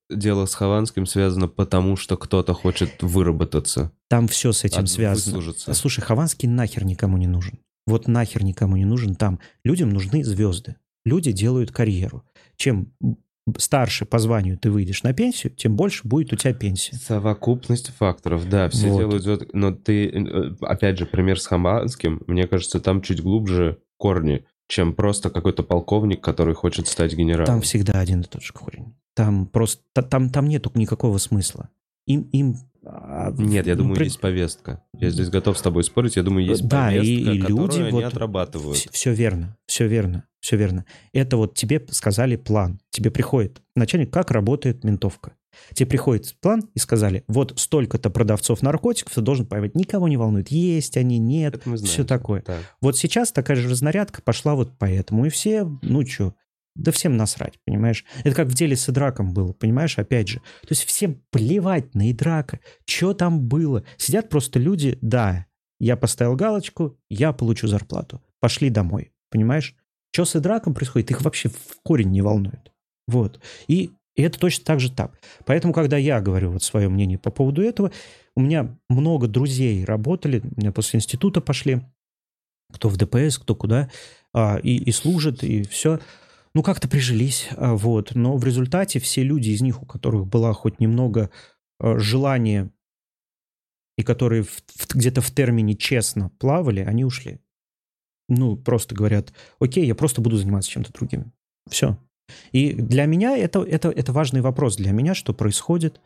дело с Хованским связано потому, что кто-то хочет выработаться. Там все с этим связано. Выслужиться. Слушай, Хованский нахер никому не нужен. Вот нахер никому не нужен. Там людям нужны звезды. Люди делают карьеру. Чем старше по званию ты выйдешь на пенсию, тем больше будет у тебя пенсия. Совокупность факторов, да, все делают... Но ты, опять же, пример с Хованским, мне кажется, там чуть глубже корни, чем просто какой-то полковник, который хочет стать генералом. Там всегда один и тот же корень. Там просто... Там нету никакого смысла. Нет, я думаю, есть повестка. Я здесь готов с тобой спорить. Я думаю, есть повестка, и которую люди они отрабатывают. Все верно. Это вот тебе сказали план. Тебе приходит начальник, как работает ментовка. Тебе приходит план и сказали, вот столько-то продавцов наркотиков ты должен поймать. Никого не волнует, есть они, нет, все такое. Так. Вот сейчас такая же разнарядка пошла вот поэтому. И все, да всем насрать, понимаешь? Это как в деле с Идраком было, понимаешь, опять же. То есть всем плевать на Идрака, что там было. Сидят просто люди, да, я поставил галочку, я получу зарплату. Пошли домой, понимаешь? Что с Идраком происходит, их вообще в корень не волнует. Вот. И это точно так же так. Поэтому, когда я говорю вот свое мнение по поводу этого, у меня много друзей работали, у меня после института пошли, кто в ДПС, кто куда, и служат, и все. Как-то прижились, вот. Но в результате все люди из них, у которых было хоть немного желания, и которые где-то в термине честно плавали, они ушли. Просто говорят, окей, я просто буду заниматься чем-то другим. Все. И для меня это важный вопрос. Для меня, что происходит,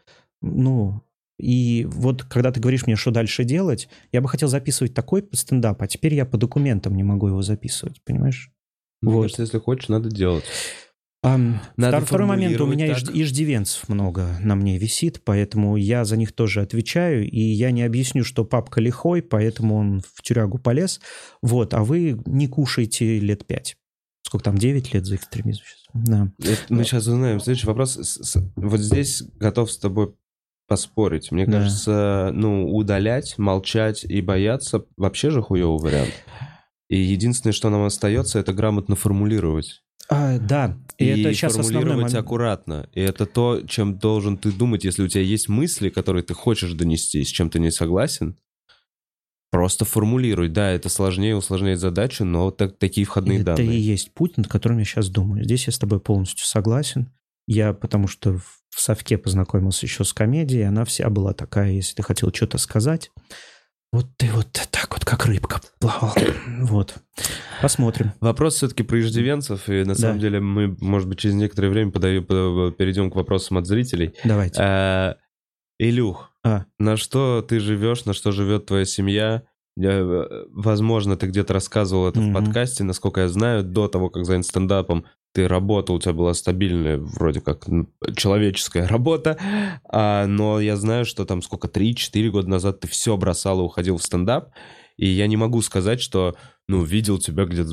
и вот когда ты говоришь мне, что дальше делать, я бы хотел записывать такой стендап, а теперь я по документам не могу его записывать, понимаешь? Мне кажется, если хочешь, надо делать. Второй момент, у меня иждивенцев много на мне висит, поэтому я за них тоже отвечаю, и я не объясню, что папка лихой, поэтому он в тюрягу полез, вот, а вы не кушаете лет 5. Сколько там, 9 лет за экстремизм сейчас? Да. Мы сейчас узнаем. Следующий вопрос. Вот здесь готов с тобой поспорить. Мне кажется, удалять, молчать и бояться вообще же хуёвый вариант. И единственное, что нам остается, это грамотно формулировать. Да. И это сейчас формулировать аккуратно. И это то, чем должен ты думать, если у тебя есть мысли, которые ты хочешь донести, с чем ты не согласен. Просто формулируй. Да, это сложнее, усложняет задачу, но такие входные данные. Это и есть путь, над которым я сейчас думаю. Здесь я с тобой полностью согласен. Я потому что в Совке познакомился еще с комедией, она вся была такая, если ты хотел что-то сказать, вот ты вот так вот, как рыбка плавал. Вот. Посмотрим. Вопрос все-таки про иждивенцев, и на самом деле мы, может быть, через некоторое время перейдем к вопросам от зрителей. Давайте. Илюх, на что ты живешь, на что живет твоя семья? Возможно, ты где-то рассказывал это в подкасте, насколько я знаю, до того, как занят стендапом, ты работал, у тебя была стабильная, вроде как, человеческая работа, но я знаю, что там 3-4 года назад ты все бросал и уходил в стендап, и я не могу сказать, что, видел тебя где-то...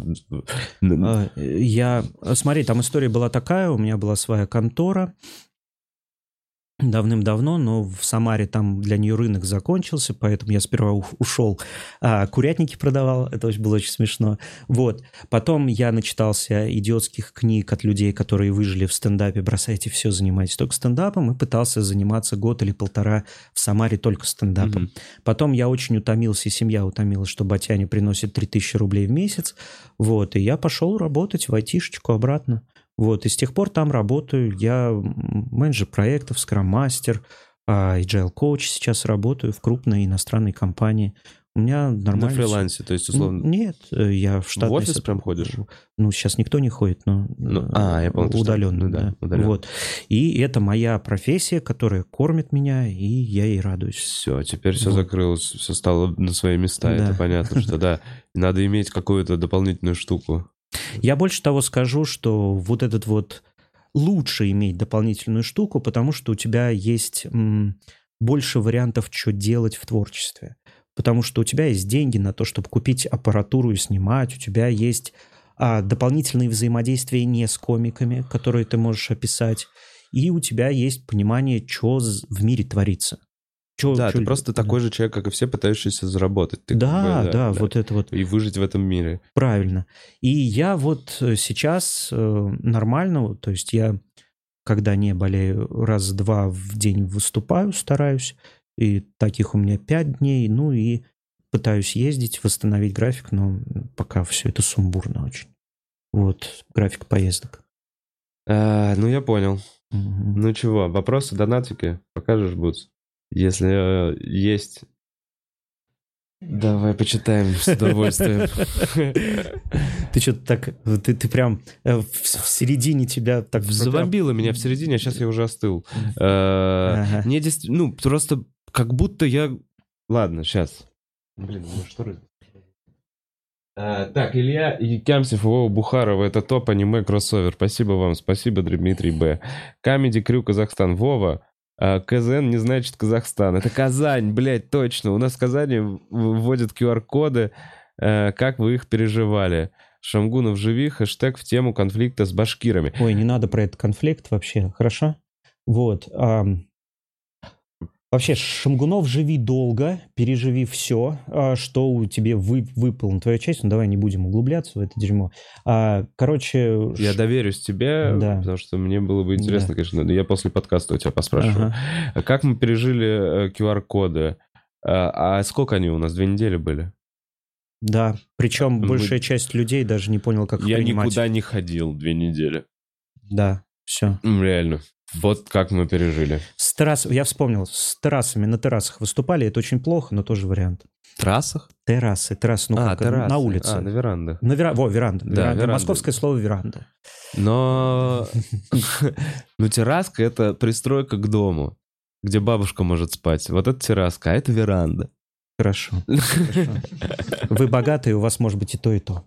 Смотри, там история была такая, у меня была своя контора, давным-давно, но в Самаре там для нее рынок закончился, поэтому я сперва ушел, курятники продавал, это было очень смешно. Вот. Потом я начитался идиотских книг от людей, которые выжили в стендапе, бросайте все, занимайтесь только стендапом, и пытался заниматься год или полтора в Самаре только стендапом. Потом я очень утомился, и семья утомилась, что батяня приносит 3000 рублей в месяц, вот, и я пошел работать в айтишечку обратно. Вот, и с тех пор там работаю. Я менеджер проектов, скрам-мастер, agile коуч. Сейчас работаю в крупной иностранной компании. У меня нормально... На фрилансе, то есть, условно... Нет, я в штатной... В офис прям ходишь? Сейчас никто не ходит, но я понял, удаленно. Да, удаленно. Вот. И это моя профессия, которая кормит меня, и я ей радуюсь. Все, теперь все закрылось, все стало на свои места. Да. Это понятно, что да, надо иметь какую-то дополнительную штуку. Я больше того скажу, что вот этот вот лучше иметь дополнительную штуку, потому что у тебя есть больше вариантов, что делать в творчестве. Потому что у тебя есть деньги на то, чтобы купить аппаратуру и снимать, у тебя есть дополнительные взаимодействия не с комиками, которые ты можешь описать, и у тебя есть понимание, что в мире творится. Ты просто такой же человек, как и все, пытающийся заработать. Вот это вот. И выжить в этом мире. Правильно. И я вот сейчас нормально, то есть я когда не болею, раз-два в день выступаю, стараюсь. И таких у меня 5 дней. Ну и пытаюсь ездить, восстановить график, но пока все это сумбурно очень. Вот, график поездок. Ну, я понял. Ну чего, вопросы, донатики? Покажешь, Буц? Если есть... Давай почитаем с удовольствием. Ты что-то так... Ты прям в середине тебя так... Забомбило меня в середине, а сейчас я уже остыл. Мне здесь... Ну, просто как будто я... Ладно, сейчас. Блин, ну что... Так, Илья Якямсев, Вова Бухарова, это топ аниме кроссовер. Спасибо вам, спасибо, Дмитрий Б. Comedy Crew Казахстан, Вова. КЗН не значит Казахстан. Это Казань, блядь, точно. У нас в Казани вводят QR-коды. Как вы их переживали? Шамгунов, живи, хэштег в тему конфликта с башкирами. Ой, не надо про этот конфликт вообще, хорошо? Вот. Вообще, Шамгунов, живи долго, переживи все, что у тебя выполнена твоя часть. Ну, давай не будем углубляться в это дерьмо. Короче... Я доверюсь тебе, да. Потому что мне было бы интересно, да. Конечно. Я после подкаста у тебя поспрашиваю. Ага. Как мы пережили QR-коды? А сколько они у нас? 2 недели были? Да, причем большая часть людей даже не понял, как их принимать. Я никуда не ходил 2 недели. Да, все. Реально. Вот как мы пережили. Я вспомнил, с террасами, на террасах выступали, это очень плохо, но тоже вариант. Террасах? Террасы, ну как, террасы. На улице. На верандах. Веранда. Да, веранда. Московское слово веранда. Но терраска — это пристройка к дому, где бабушка может спать. Вот это терраска, а это веранда. Хорошо. Вы богатые, у вас может быть и то, и то.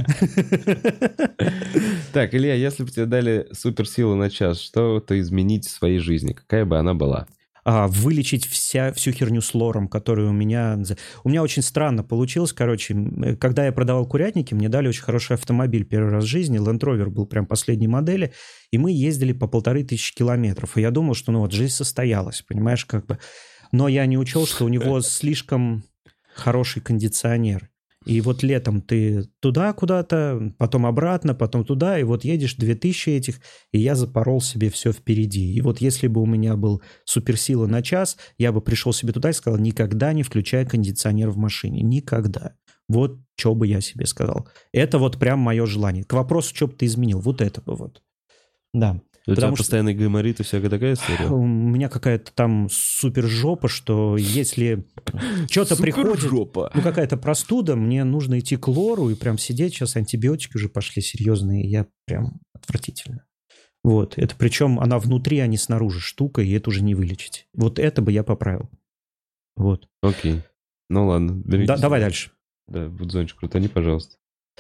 Так, Илья, если бы тебе дали суперсилу на час, что-то изменить в своей жизни, какая бы она была? Вылечить всю херню с лором, которую у меня... У меня очень странно получилось, короче. Когда я продавал курятники, мне дали очень хороший автомобиль первый раз в жизни. Land Rover был прям последней модели. И мы ездили по 1500 километров. И я думал, что жизнь состоялась, понимаешь, как бы... Но я не учел, что у него слишком хороший кондиционер. И вот летом ты туда куда-то, потом обратно, потом туда, и вот едешь 2000 этих, и я запорол себе все впереди. И вот если бы у меня был суперсила на час, я бы пришел себе туда и сказал, никогда не включай кондиционер в машине. Никогда. Вот что бы я себе сказал. Это вот прям мое желание. К вопросу, что бы ты изменил. Вот это бы вот. Да. У тебя постоянный гайморит и всякая такая история? У меня какая-то там супер жопа, что если что-то приходит, какая-то простуда, мне нужно идти к лору и прям сидеть. Сейчас антибиотики уже пошли серьезные, я прям отвратительно. Вот, это причем она внутри, а не снаружи штука, и это уже не вылечить. Вот это бы я поправил. Вот. Окей. Ну ладно. Давай дальше. Да, Будзончик, крутани, пожалуйста.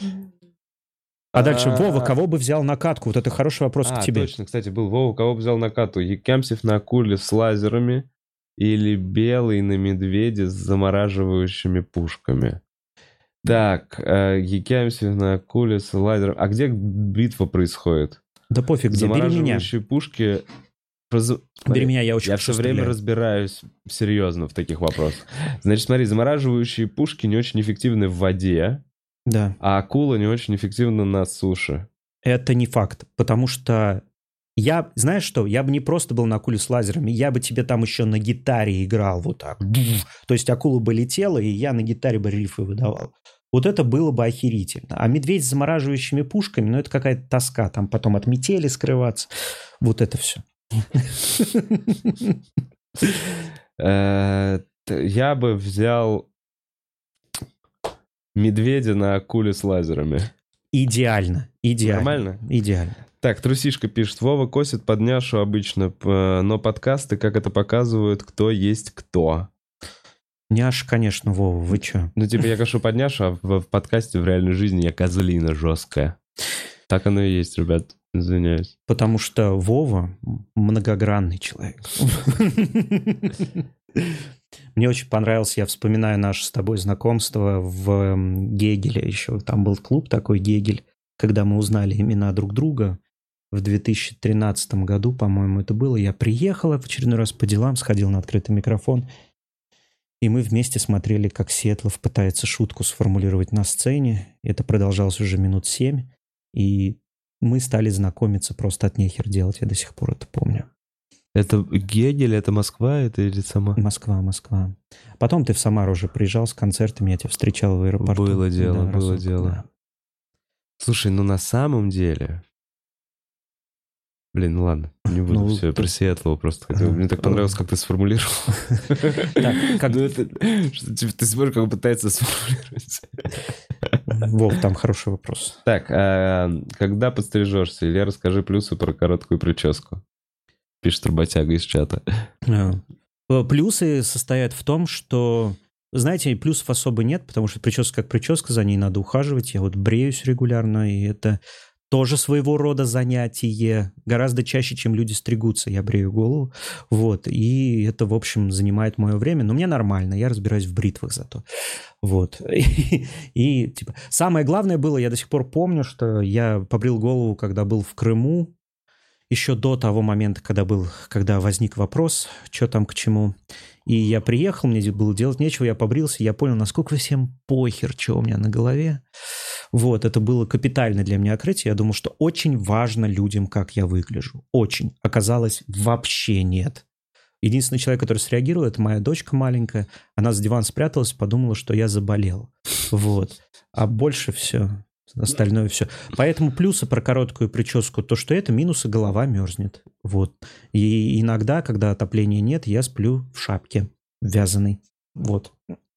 А дальше, Вова, кого бы взял на катку? Вот это хороший вопрос к тебе. Точно, кстати, был Вова, кого бы взял на катку? Якямсев на акуле с лазерами или белый на медведе с замораживающими пушками? Так, Якямсев на акуле с лазером. А где битва происходит? Да пофиг, где, бери меня. Замораживающие пушки... Бери меня, я очень Я все время разбираюсь серьезно в таких вопросах. Значит, смотри, замораживающие пушки не очень эффективны в воде. Да. А акула не очень эффективна на суше. Это не факт, потому что знаешь что, я бы не просто был на акуле с лазерами, я бы тебе там еще на гитаре играл вот так. То есть акула бы летела, и я на гитаре бы рифы выдавал. Вот это было бы охерительно. А медведь с замораживающими пушками, это какая-то тоска. Там потом от метели скрываться. Вот это все. Я бы взял... медведя на акуле с лазерами. Идеально. Нормально? Идеально. Так, Трусишка пишет. Вова косит под няшу обычно, но подкасты, как это показывают, кто есть кто. Няша, конечно, Вова, вы чё? Ну, типа, я кошу под няшу, а в подкасте в реальной жизни я козлина жесткая. Так оно и есть, ребят. Извиняюсь. Потому что Вова многогранный человек. Мне очень понравилось, я вспоминаю наше с тобой знакомство в Гегеле еще. Там был клуб такой Гегель, когда мы узнали имена друг друга. В 2013 году, по-моему, это было. Я приехал в очередной раз по делам, сходил на открытый микрофон. И мы вместе смотрели, как Сетлов пытается шутку сформулировать на сцене. Это продолжалось уже минут 7. И мы стали знакомиться просто от нехер делать, я до сих пор это помню. Это Гегель, это Москва, это или сама? Москва. Потом ты в Самару уже приезжал с концертами, я тебя встречал в аэропорту. Было дело, да, было разок, дело. Да. Слушай, ну на самом деле... Блин, ну ладно, не буду все про Сиэтл просто хотел. Мне так понравилось, как ты сформулировал. Ты сможешь как пытаться сформулировать. Вов, там хороший вопрос. Так, когда подстрижешься? Илья, расскажи плюсы про короткую прическу. Пишет работяга из чата. Плюсы состоят в том, что, знаете, плюсов особо нет, потому что прическа как прическа, за ней надо ухаживать. Я вот бреюсь регулярно, и это тоже своего рода занятие. Гораздо чаще, чем люди стригутся, я брею голову. Вот, и это, в общем, занимает мое время. Но мне нормально, я разбираюсь в бритвах зато. Вот. И типа, самое главное было, я до сих пор помню, что я побрил голову, когда был в Крыму, еще до того момента, когда возник вопрос, что там к чему. И я приехал, мне было делать нечего, я побрился, я понял, насколько всем похер, что у меня на голове. Вот, это было капитальное для меня открытие. Я думал, что очень важно людям, как я выгляжу. Очень. Оказалось, вообще нет. Единственный человек, который среагировал, это моя дочка маленькая. Она за диван спряталась, подумала, что я заболел. Вот. А больше все... Остальное все. Поэтому плюсы про короткую прическу, то, что это, минусы, голова мерзнет. Вот. И иногда, когда отопления нет, я сплю в шапке вязаной. Вот.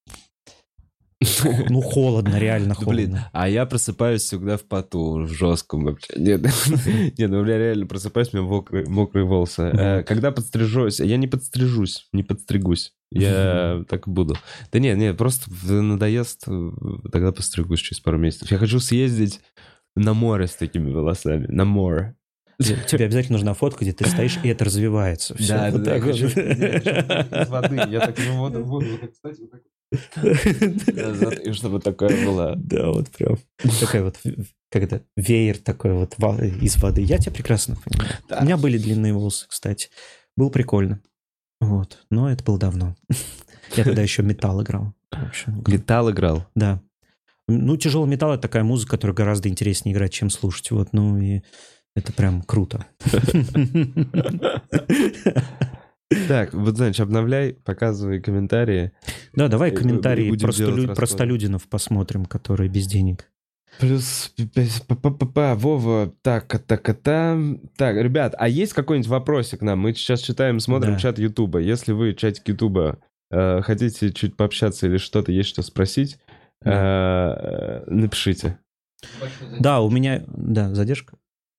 Ну, холодно, реально холодно. Блин, а я просыпаюсь всегда в поту, в жестком вообще. Нет, ну, я реально просыпаюсь, у меня мокрые волосы. Когда подстрижусь, я не подстрижусь, не подстригусь. Я так и буду. Да нет, просто надоест, тогда постригусь через пару месяцев. Я хочу съездить на море с такими волосами, на море. Тебе обязательно нужна фотка, где ты стоишь, и это развивается. Да, я хочу из воды. Я так в воду, вот так, кстати, вот так. И чтобы такая была. Да, вот прям. Такая вот, как это, веер такой вот из воды. Я тебя прекрасно понимаю. Да. У меня были длинные волосы, кстати. Было прикольно. Вот. Но это было давно. Я тогда еще металл играл. Металл играл? Да. Ну, тяжелый металл — это такая музыка, которую гораздо интереснее играть, чем слушать. Вот, ну и это прям круто. Так, вот, значит, обновляй, показывай комментарии. Да, давай комментарии простолюдинов посмотрим, которые без денег. Плюс Вова, так, ребят, а есть какой-нибудь вопросик нам? Мы сейчас читаем, смотрим чат Ютуба. Если вы, чатик Ютуба, хотите чуть пообщаться или что-то, есть что спросить, напишите. Да, у меня, задержка.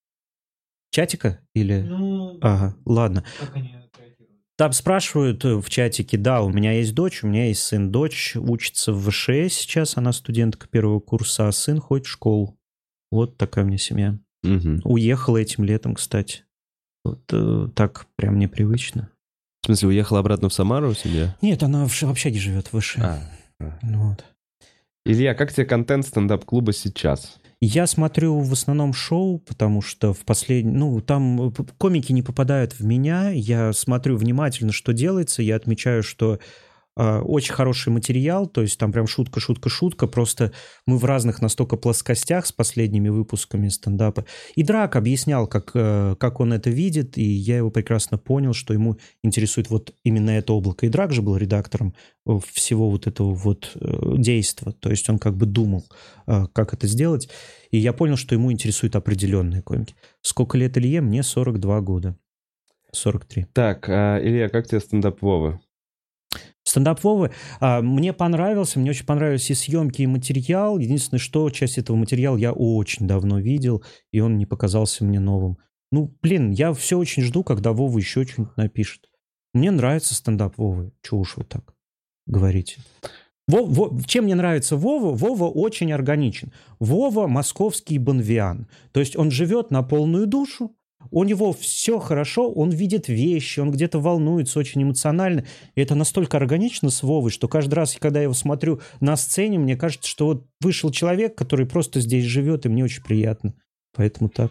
Чатика или? Ну, ага, ладно. Как они... Там спрашивают в чатике, да, у меня есть дочь, у меня есть сын. Дочь учится в ВШЭ сейчас, она студентка первого курса, а сын ходит в школу. Вот такая у меня семья. Угу. Уехала этим летом, кстати. Вот так прям непривычно. В смысле, уехала обратно в Самару семья? Нет, она в общаге живет, в ВШЭ. Вот. Илья, как тебе контент стендап-клуба сейчас? Я смотрю в основном шоу, потому что в там комики не попадают в меня. Я смотрю внимательно, что делается. Я отмечаю, что очень хороший материал, то есть там прям шутка. Просто мы в разных настолько плоскостях с последними выпусками стендапа. И Драк объяснял, как он это видит, и я его прекрасно понял, что ему интересует вот именно это облако. И Драк же был редактором всего вот этого вот действа, то есть он как бы думал, как это сделать. И я понял, что ему интересуют определенные комики. Сколько лет Илье? Мне 42 года. 43. Так, Илья, как тебе стендап Вовы? Стендап Вовы мне понравился, мне очень понравились и съемки, и материал. Единственное, что часть этого материала я очень давно видел, и он не показался мне новым. Ну, блин, я все очень жду, когда Вова еще что-нибудь напишет. Мне нравится стендап Вовы. Чего уж вы так говорите? Чем мне нравится Вова? Вова очень органичен. Вова московский Бонвиан. То есть он живет на полную душу, у него все хорошо, он видит вещи, он где-то волнуется очень эмоционально. И это настолько органично с Вовой, что каждый раз, когда я его смотрю на сцене, мне кажется, что вот вышел человек, который просто здесь живет, и мне очень приятно. Поэтому так.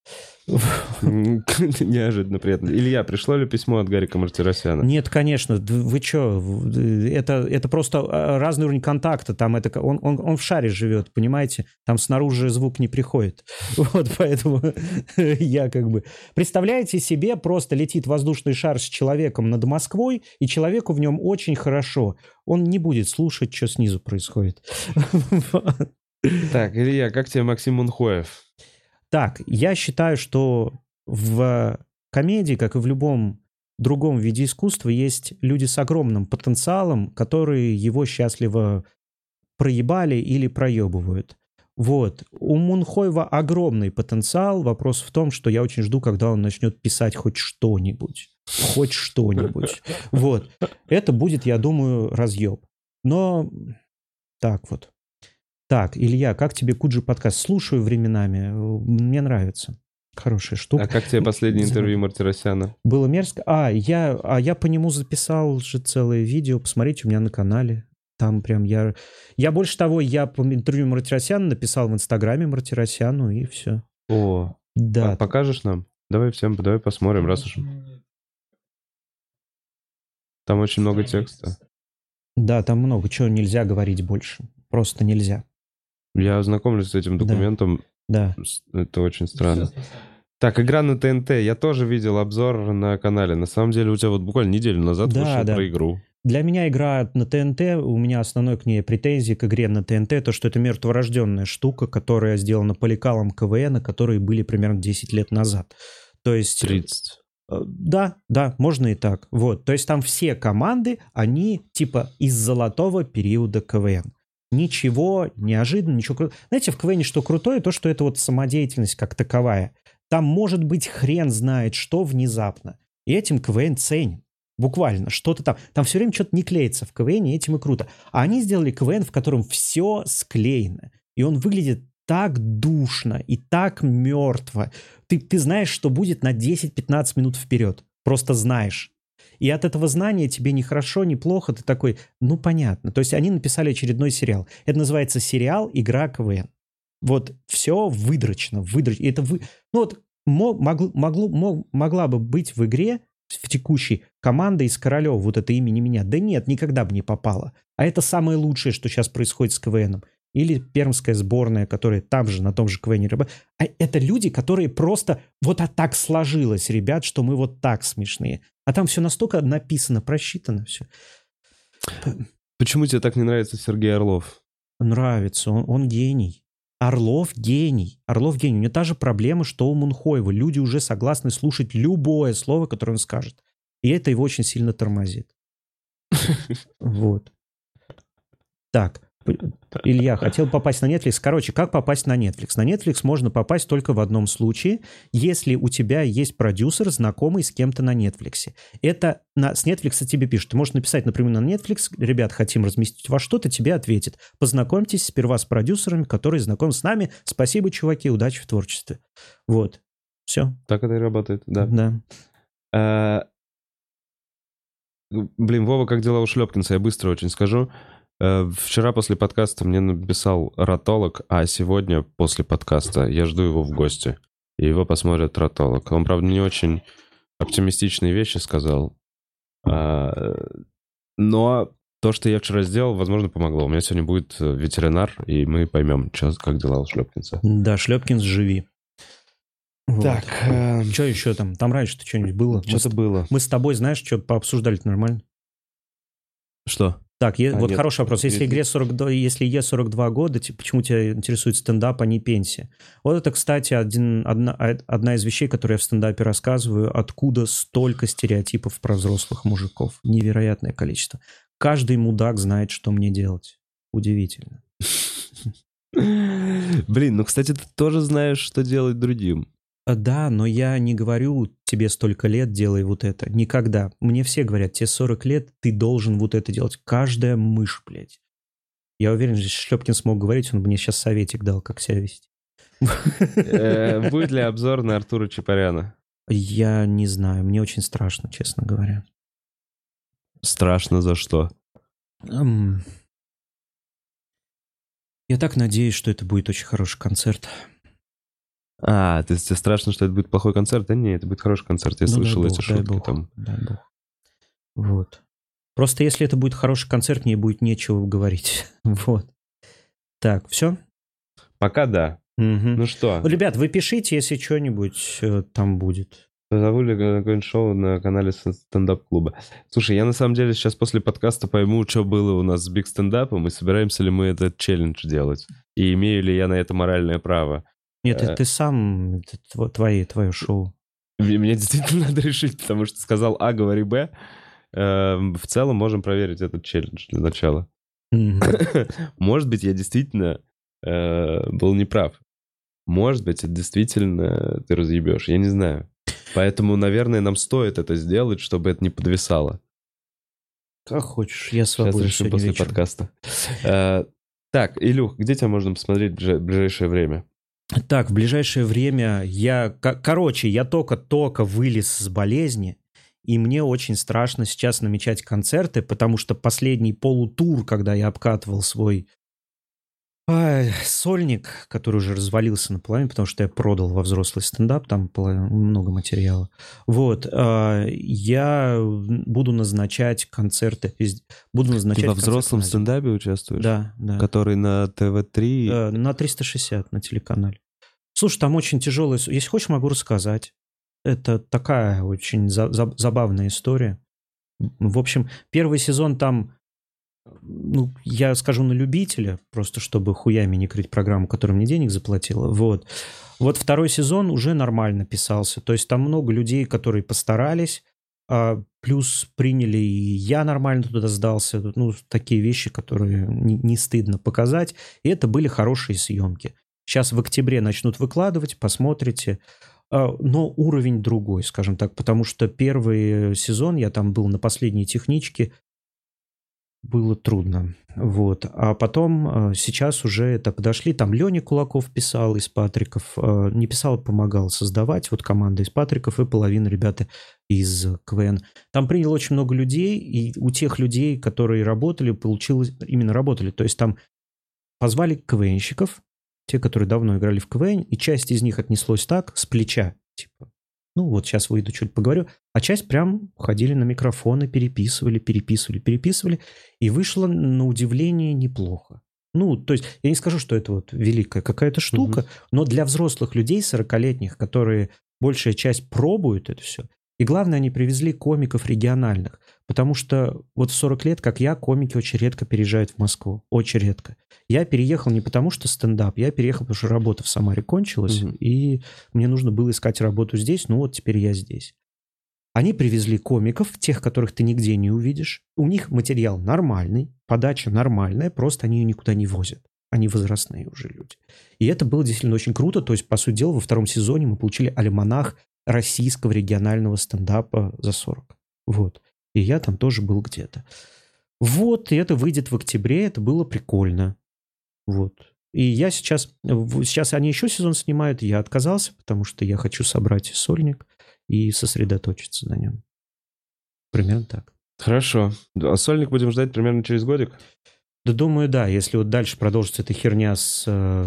Неожиданно приятно. Илья, пришло ли письмо от Гарика Мартиросяна? Нет, конечно. Вы что? Это просто разный уровень контакта. Там он в шаре живет, понимаете? Там снаружи звук не приходит. Вот поэтому я как бы... Представляете себе, просто летит воздушный шар с человеком над Москвой, и человеку в нем очень хорошо. Он не будет слушать, что снизу происходит. Так, Илья, как тебе Максим Мунхоев? Так, я считаю, что в комедии, как и в любом другом виде искусства, есть люди с огромным потенциалом, которые его счастливо проебали или проебывают. Вот. У Мунхоева огромный потенциал. Вопрос в том, что я очень жду, когда он начнет писать хоть что-нибудь. Хоть что-нибудь. Вот. Это будет, я думаю, разъеб. Но так вот. Так, Илья, как тебе Куджи подкаст? Слушаю временами. Мне нравится. Хорошая штука. А как тебе последнее интервью Мартиросяна? Было мерзко. Я по нему записал же целое видео. Посмотрите у меня на канале. Там прям я больше того, я по интервью Мартиросяна написал в Инстаграме Мартиросяну, и все. О, да. Покажешь нам? Давай посмотрим, раз уж... Там очень много текста. Да, там много. Чего нельзя говорить больше. Просто нельзя. Я ознакомлюсь с этим документом. Да. Это очень странно. Так, игра на ТНТ. Я тоже видел обзор на канале. На самом деле у тебя вот буквально неделю назад вышел про игру. Для меня игра на ТНТ, у меня основной к ней претензии к игре на ТНТ, то, что это мертворожденная штука, которая сделана по лекалам КВН, которые были примерно 10 лет назад. То есть... 30. Да, можно и так. Вот. То есть там все команды, они типа из золотого периода КВН. Ничего неожиданного, ничего крутого. Знаете, в КВН что крутое, то, что это вот самодеятельность как таковая. Там может быть хрен знает что внезапно. И этим КВН ценен. Буквально. Что-то там. Там все время что-то не клеится в КВН, и этим и круто. А они сделали КВН, в котором все склеено. И он выглядит так душно и так мертво. Ты знаешь, что будет на 10-15 минут вперед. Просто знаешь. И от этого знания тебе ни хорошо, ни плохо. Ты такой, ну понятно. То есть они написали очередной сериал. Это называется сериал «Игра КВН». Вот все выдрочено. Это ну вот могла бы быть в игре в текущей команда из Королева, вот это имя не меня. Да нет, никогда бы не попало. А это самое лучшее, что сейчас происходит с КВНом. Или пермская сборная, которая там же, на том же КВНе работает. А это люди, которые просто вот так сложилось, ребят, что мы вот так смешные. А там все настолько написано, просчитано все. Почему тебе так не нравится Сергей Орлов? Нравится, он гений. Орлов гений. Орлов гений. У него та же проблема, что у Мунхоева. Люди уже согласны слушать любое слово, которое он скажет. И это его очень сильно тормозит. Вот. Так. Илья, хотел попасть на Netflix. Короче, как попасть на Netflix? На Netflix можно попасть только в одном случае, если у тебя есть продюсер, знакомый с кем-то на Netflix. Это с Netflix тебе пишут. Ты можешь написать напрямую на Netflix, ребят, хотим разместить вас что-то, тебе ответит. Познакомьтесь сперва с продюсерами, которые знакомы с нами. Спасибо, чуваки, удачи в творчестве. Вот. Все. Так это и работает, да. Да. Блин, Вова, как дела у Шлепкинса? Я быстро очень скажу. Вчера после подкаста мне написал ратолог, а сегодня после подкаста я жду его в гости. И его посмотрит ратолог. Он, правда, не очень оптимистичные вещи сказал. Но то, что я вчера сделал, возможно, помогло. У меня сегодня будет ветеринар, и мы поймем, как дела у Шлепкинса. Да, Шлепкинс, живи. Вот. Так. Что еще там? Там раньше-то что-нибудь было? Что-то было. Мы с тобой, знаешь, что пообсуждали-то нормально? Что? Так, вот нет, хороший вопрос. Если игре 42, если ей 42 года, почему тебя интересует стендап, а не пенсия? Вот это, кстати, одна из вещей, которые я в стендапе рассказываю, откуда столько стереотипов про взрослых мужиков. Невероятное количество. Каждый мудак знает, что мне делать. Удивительно. Блин, ну, кстати, ты тоже знаешь, что делать другим. Да, но я не говорю, тебе столько лет, делай вот это. Никогда. Мне все говорят, тебе 40 лет, ты должен вот это делать. Каждая мышь, блядь. Я уверен, что Шлепкин смог говорить, он бы мне сейчас советик дал, как себя вести. Будет ли обзор на Артура Чапаряна? Я не знаю, мне очень страшно, честно говоря. Страшно за что? Я так надеюсь, что это будет очень хороший концерт. То есть тебе страшно, что это будет плохой концерт? Да нет, это будет хороший концерт. Я слышал эти шутки там. Дай бог. Вот. Просто если это будет хороший концерт, мне будет нечего говорить. Вот. Так, все? Пока да. Ну что? Ребят, вы пишите, если что-нибудь там будет. Позову ли какое-нибудь шоу на канале стендап-клуба? Слушай, я на самом деле сейчас после подкаста пойму, что было у нас с Биг Стендапом, и собираемся ли мы этот челлендж делать. И имею ли я на это моральное право. Нет, ты сам, это твое шоу. Мне действительно надо решить, потому что сказал А, говори Б. В целом можем проверить этот челлендж для начала. Может быть, я действительно был неправ. Может быть, это действительно ты разъебешь. Я не знаю. Поэтому, наверное, нам стоит это сделать, чтобы это не подвисало. Как хочешь, я свободен. Сейчас решим после вечером. Подкаста. Так, Илюх, где тебя можно посмотреть в ближайшее время? Так, в ближайшее время я только вылез с болезни, и мне очень страшно сейчас намечать концерты, потому что последний полутур, когда я обкатывал свой сольник, который уже развалился наполовину, потому что я продал во взрослый стендап, там много материала. Вот, я буду назначать концерты. Ты во взрослом стендапе участвуешь? Да. Который на ТВ-3? На 360 на телеканале. Слушай, там очень тяжелая... Если хочешь, могу рассказать. Это такая очень забавная история. В общем, первый сезон там, я скажу на любителя, просто чтобы хуями не крыть программу, которая мне денег заплатила. Вот второй сезон уже нормально писался. То есть там много людей, которые постарались, плюс приняли, и я нормально туда сдался. Такие вещи, которые не стыдно показать. И это были хорошие съемки. Сейчас в октябре начнут выкладывать, посмотрите. Но уровень другой, скажем так, потому что первый сезон я там был на последней техничке, было трудно. Вот. А потом сейчас уже это подошли. Там Леня Кулаков писал из Патриков. Не писал, помогал создавать. Вот команда из Патриков и половина ребята из КВН. Там приняло очень много людей. И у тех людей, которые работали, получилось именно работали. То есть там позвали КВНщиков, те, которые давно играли в КВН, и часть из них отнеслось так, с плеча. Типа, вот сейчас выйду, чуть поговорю. А часть прям ходили на микрофоны, переписывали. И вышло, на удивление, неплохо. То есть, я не скажу, что это вот великая какая-то штука, но для взрослых людей, 40-летних, которые большая часть пробуют это все, и главное, они привезли комиков региональных, потому что вот в 40 лет, как я, комики очень редко переезжают в Москву. Очень редко. Я переехал не потому, что стендап, я переехал, потому что работа в Самаре кончилась, и мне нужно было искать работу здесь, теперь я здесь. Они привезли комиков, тех, которых ты нигде не увидишь. У них материал нормальный, подача нормальная, просто они ее никуда не возят. Они возрастные уже люди. И это было действительно очень круто. То есть, по сути дела, во втором сезоне мы получили альманах российского регионального стендапа за 40. Вот. И я там тоже был где-то. Вот, и это выйдет в октябре. Это было прикольно. Вот. И я сейчас они еще сезон снимают. Я отказался, потому что я хочу собрать сольник и сосредоточиться на нем. Примерно так. Хорошо. А сольник будем ждать примерно через годик? Да, думаю, да. Если вот дальше продолжится эта херня с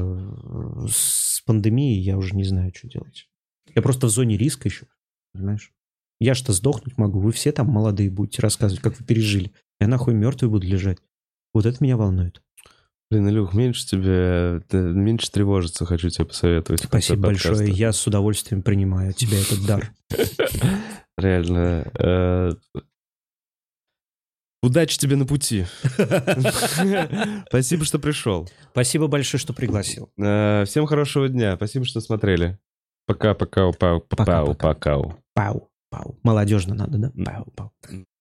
пандемией, я уже не знаю, что делать. Я просто в зоне риска еще, понимаешь? Я что сдохнуть могу. Вы все там молодые будете рассказывать, как вы пережили. Я нахуй мертвый буду лежать. Вот это меня волнует. Блин, Илюх, меньше тревожиться хочу тебе посоветовать. Спасибо большое. Я с удовольствием принимаю от тебя этот дар. Реально. Удачи тебе на пути. Спасибо, что пришел. Спасибо большое, что пригласил. Всем хорошего дня. Спасибо, что смотрели. Пока-пока. Пау. Молодежно надо, да? Пау.